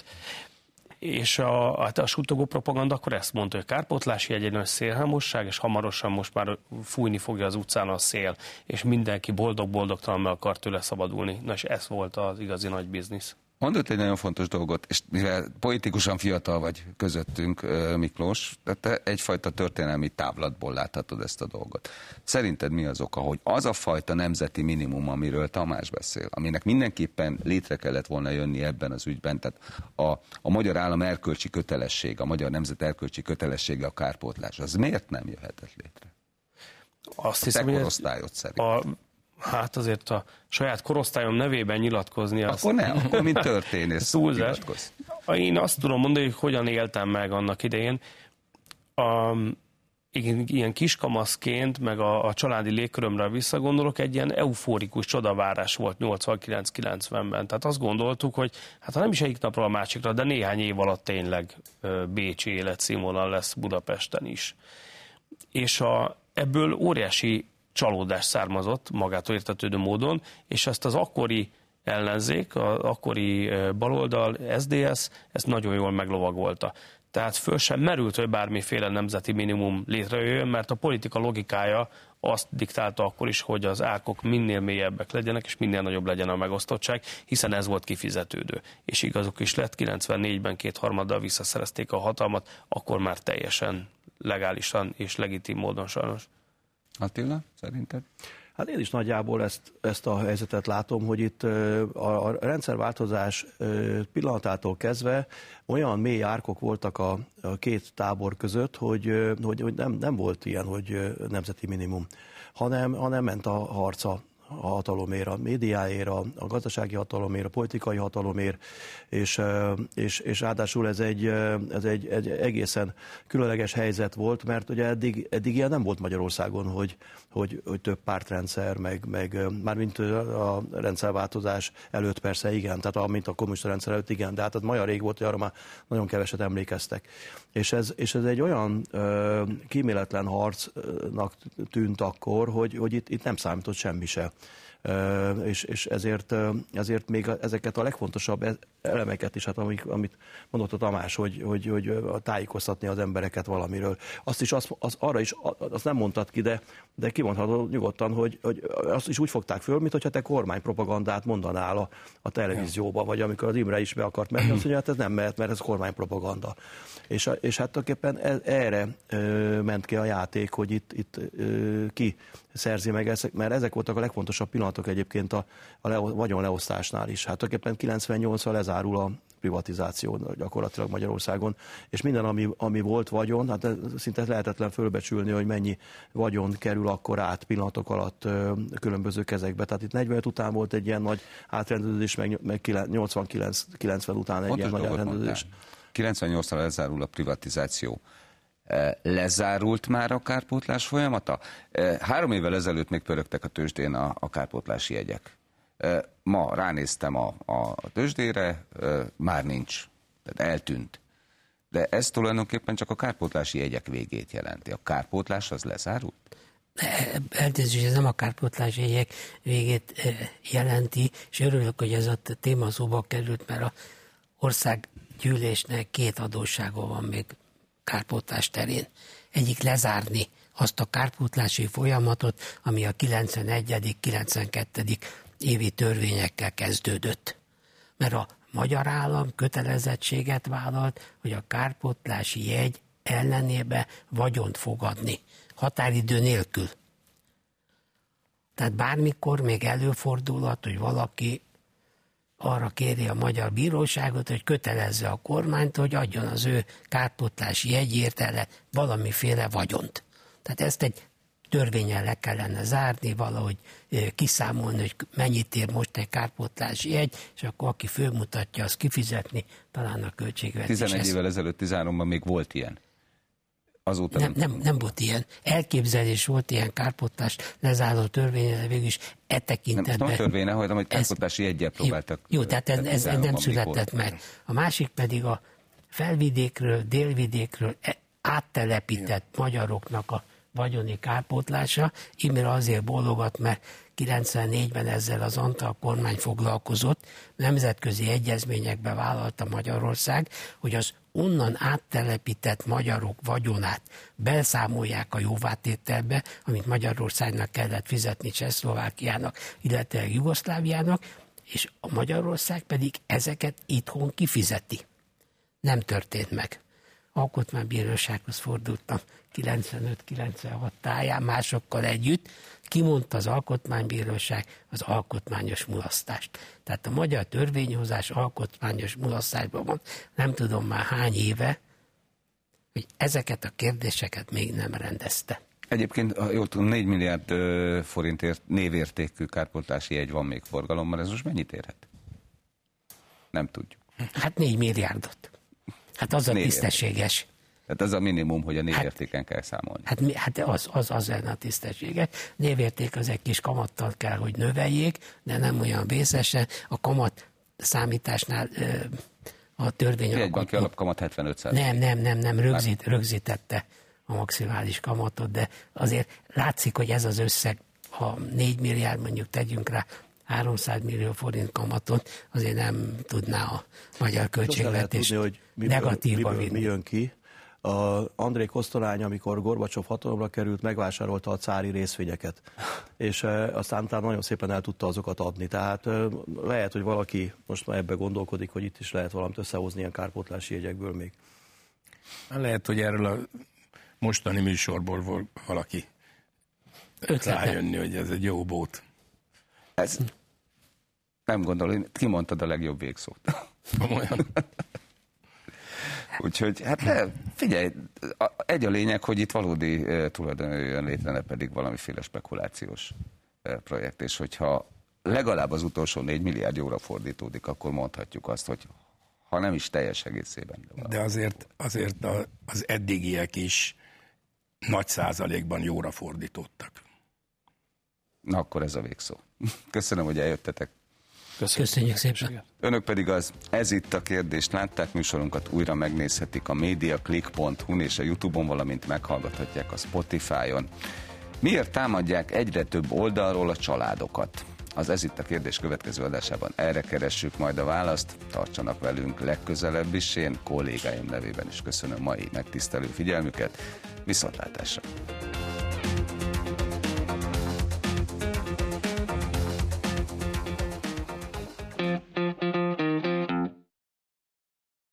És a, a, a suttogó propaganda akkor ezt mondta, hogy a kárpótlási jegy egy nagy szélhámosság, és hamarosan most már fújni fogja az utcán a szél, és mindenki boldog-boldogtalan meg akar tőle szabadulni. Na és ez volt az igazi nagy biznisz. Mondott egy nagyon fontos dolgot, és mivel politikusan fiatal vagy közöttünk, Miklós, de te egyfajta történelmi távlatból láthatod ezt a dolgot. Szerinted mi az oka, hogy az a fajta nemzeti minimum, amiről Tamás beszél, aminek mindenképpen létre kellett volna jönni ebben az ügyben, tehát a, a magyar állam erkölcsi kötelessége, a magyar nemzet erkölcsi kötelessége a kárpótlás, az miért nem jöhetett létre? Azt a hiszem, te korosztályod szerint. A... Hát azért a saját korosztályom nevében nyilatkozni... Akkor azt... ne, akkor mint történész nyilatkozz. Én azt tudom mondani, hogy hogyan éltem meg annak idején. A, ilyen kiskamaszként, meg a, a családi légkörömre visszagondolok, egy ilyen eufórikus csodavárás volt nyolcvankilenc-kilencvenben. Tehát azt gondoltuk, hogy hát ha nem is egyik napról a másikra, de néhány év alatt tényleg bécsi életszínvonal lesz Budapesten is. És a, ebből óriási csalódás származott magától értetődő módon, és ezt az akkori ellenzék, az akkori baloldal, es zé dé es, ezt nagyon jól meglovagolta. Tehát föl sem merült, hogy bármiféle nemzeti minimum létrejöjjön, mert a politika logikája azt diktálta akkor is, hogy az árkok minél mélyebbek legyenek, és minél nagyobb legyen a megosztottság, hiszen ez volt kifizetődő. És igazuk is lett, kilencvennégyben kétharmaddal visszaszerezték a hatalmat, akkor már teljesen legálisan és legitim módon sajnos. Attila, szerinted? Hát én is nagyjából ezt, ezt a helyzetet látom, hogy itt a, a rendszerváltozás pillanatától kezdve olyan mély árkok voltak a, a két tábor között, hogy, hogy, hogy nem, nem volt ilyen, hogy nemzeti minimum, hanem, hanem ment a harca a hatalomért, a médiáért, a, a gazdasági hatalomért, a politikai hatalomért, és, és, és ráadásul ez, egy, ez egy, egy egészen különleges helyzet volt, mert ugye eddig, eddig ilyen nem volt Magyarországon, hogy, hogy, hogy több pártrendszer, meg, meg mármint a rendszerváltozás előtt persze igen, tehát amint a kommunista rendszer előtt igen, de hát az magyar rég volt, hogy arra már nagyon keveset emlékeztek. És ez, és ez egy olyan ö, kíméletlen harcnak tűnt akkor, hogy, hogy itt, itt nem számított semmi se. Uh, és, és ezért, uh, ezért még ezeket a legfontosabb elemeket is, hát amik, amit mondott a Tamás, hogy, hogy, hogy tájékoztatni az embereket valamiről. Azt is, az, az, arra is, azt nem mondtad ki, de, de kimondhatod nyugodtan, hogy, hogy azt is úgy fogták föl, mint hogyha te kormánypropagandát mondanál a, a televízióba, vagy amikor az Imre is be akart menni, azt mondja, hát ez nem mehet, mert ez kormánypropaganda. És, és hát tulajdonképpen erre ö, ment ki a játék, hogy itt, itt ö, ki szerzi meg ezt, mert ezek voltak a legfontosabb pillanatok egyébként a, a leo, vagyonleosztásnál is. Hát tulajdonképpen kilencvennyolcra lezárul a privatizáció gyakorlatilag Magyarországon, és minden, ami, ami volt vagyon, hát szinte lehetetlen fölbecsülni, hogy mennyi vagyon kerül akkor át pillanatok alatt ö, különböző kezekbe. Tehát itt negyvenöt után volt egy ilyen nagy átrendeződés, meg, meg nyolcvankilenc-kilencven után egy ilyen nagy átrendeződés. kilencvennyolcra lezárul a privatizáció. Lezárult már a kárpótlás folyamata? Három évvel ezelőtt még pörögtek a tőzsdén a, a kárpótlási jegyek. Ma ránéztem a, a tőzsdére, már nincs. Tehát eltűnt. De ez tulajdonképpen csak a kárpótlási jegyek végét jelenti. A kárpótlás az lezárult? Elnézést, ez nem a kárpótlási jegyek végét jelenti, és örülök, hogy ez a téma szóba került, mert a országgyűlésnek két adóssága van még kárpótlás terén. Egyik lezárni azt a kárpótlási folyamatot, ami a kilencvenegyedik kilencvenkettődik évi törvényekkel kezdődött. Mert a magyar állam kötelezettséget vállalt, hogy a kárpótlási jegy ellenébe vagyont fogadni. Határidő nélkül. Tehát bármikor még előfordulhat, hogy valaki arra kéri a magyar bíróságot, hogy kötelezze a kormányt, hogy adjon az ő kárpótlási jegyért ele valamiféle vagyont. Tehát ezt egy törvényen le kellene zárni, valahogy kiszámolni, hogy mennyit ér most egy kárpótlási jegy, és akkor aki fölmutatja, az kifizetni, talán a költségvetés. tizenegy évvel ezelőtt, tizenháromban még volt ilyen? Azóta nem, nem, nem volt ilyen. Elképzelés volt ilyen kárpótlást lezáró törvényen, de végül is e tekintetben... Nem, nem törvénye, hanem hogy kárpótlási jeggyel próbáltak. Jó, jó, tehát ez, ez nem született meg. A másik pedig a felvidékről, délvidékről áttelepített magyaroknak a vagyoni kárpótlása. Imre azért bólogat, mert kilencvennégyben ezzel az Antal kormány foglalkozott, nemzetközi egyezményekbe vállalta Magyarország, hogy az onnan áttelepített magyarok vagyonát belszámolják a jóvátételbe, amit Magyarországnak kellett fizetni Csehszlovákiának, illetve Jugoszláviának, és a Magyarország pedig ezeket itthon kifizeti. Nem történt meg. Alkotmánybírósághoz fordultam kilencvenöt kilencvenhat táján másokkal együtt, kimondta az Alkotmánybíróság az alkotmányos mulasztást. Tehát a magyar törvényhozás alkotmányos mulasztásban van, nem tudom már hány éve, hogy ezeket a kérdéseket még nem rendezte. Egyébként, ha jól tudom, négy milliárd forintért névértékű kárpótlási jegy van még forgalomban, ez most mennyit érhet? Nem tudjuk. Hát négy milliárdot. Hát az a tisztességes. Tehát ez a minimum, hogy a névértéken hát, kell számolni. Hát, hát az, az, az lenne a tisztességes. Névérték az egy kis kamattal kell, hogy növeljék, de nem olyan vészesen. A kamat számításnál a törvény... Egy banki alapkamat hetvenöt százalék. Nem, nem, nem, nem rögzít, rögzítette a maximális kamatot, de azért látszik, hogy ez az összeg, ha négy milliárd mondjuk tegyünk rá, háromszáz millió forint kamatot, azért nem tudná a magyar költségvetés negatívba vinni. Mi jön ki? A André Kosztolány, amikor Gorbacsov hatalomra került, megvásárolta a cári részvényeket, és e, aztán nagyon szépen el tudta azokat adni. Tehát e, lehet, hogy valaki most már ebbe gondolkodik, hogy itt is lehet valamit összehozni ilyen kárpótlási jegyekből még. Lehet, hogy erről a mostani műsorból valaki Ötlete. rájönni, hogy ez egy jó bót. Ez nem gondolom, kimondtad a legjobb végszót. Komolyan. Úgyhogy, hát ne, figyelj, egy a lényeg, hogy itt valódi e, tulajdon jön létre, ne pedig valamiféle spekulációs e, projekt, és hogyha legalább az utolsó négy milliárd jóra fordítódik, akkor mondhatjuk azt, hogy ha nem is teljes egészében. De, de azért, azért a, az eddigiek is nagy százalékban jóra fordítottak. Na akkor ez a végszó. Köszönöm, hogy eljöttetek. Köszönjük, Köszönjük szépen. Önök pedig az Ez itt a kérdést látták, műsorunkat újra megnézhetik a mediaclick pont hu-n és a YouTube-on, valamint meghallgathatják a Spotify-on. Miért támadják egyre több oldalról a családokat? Az Ez itt a kérdés következő adásában erre keressük majd a választ. Tartsanak velünk legközelebb is, én kollégáim nevében is köszönöm mai megtisztelő figyelmüket. Viszontlátásra!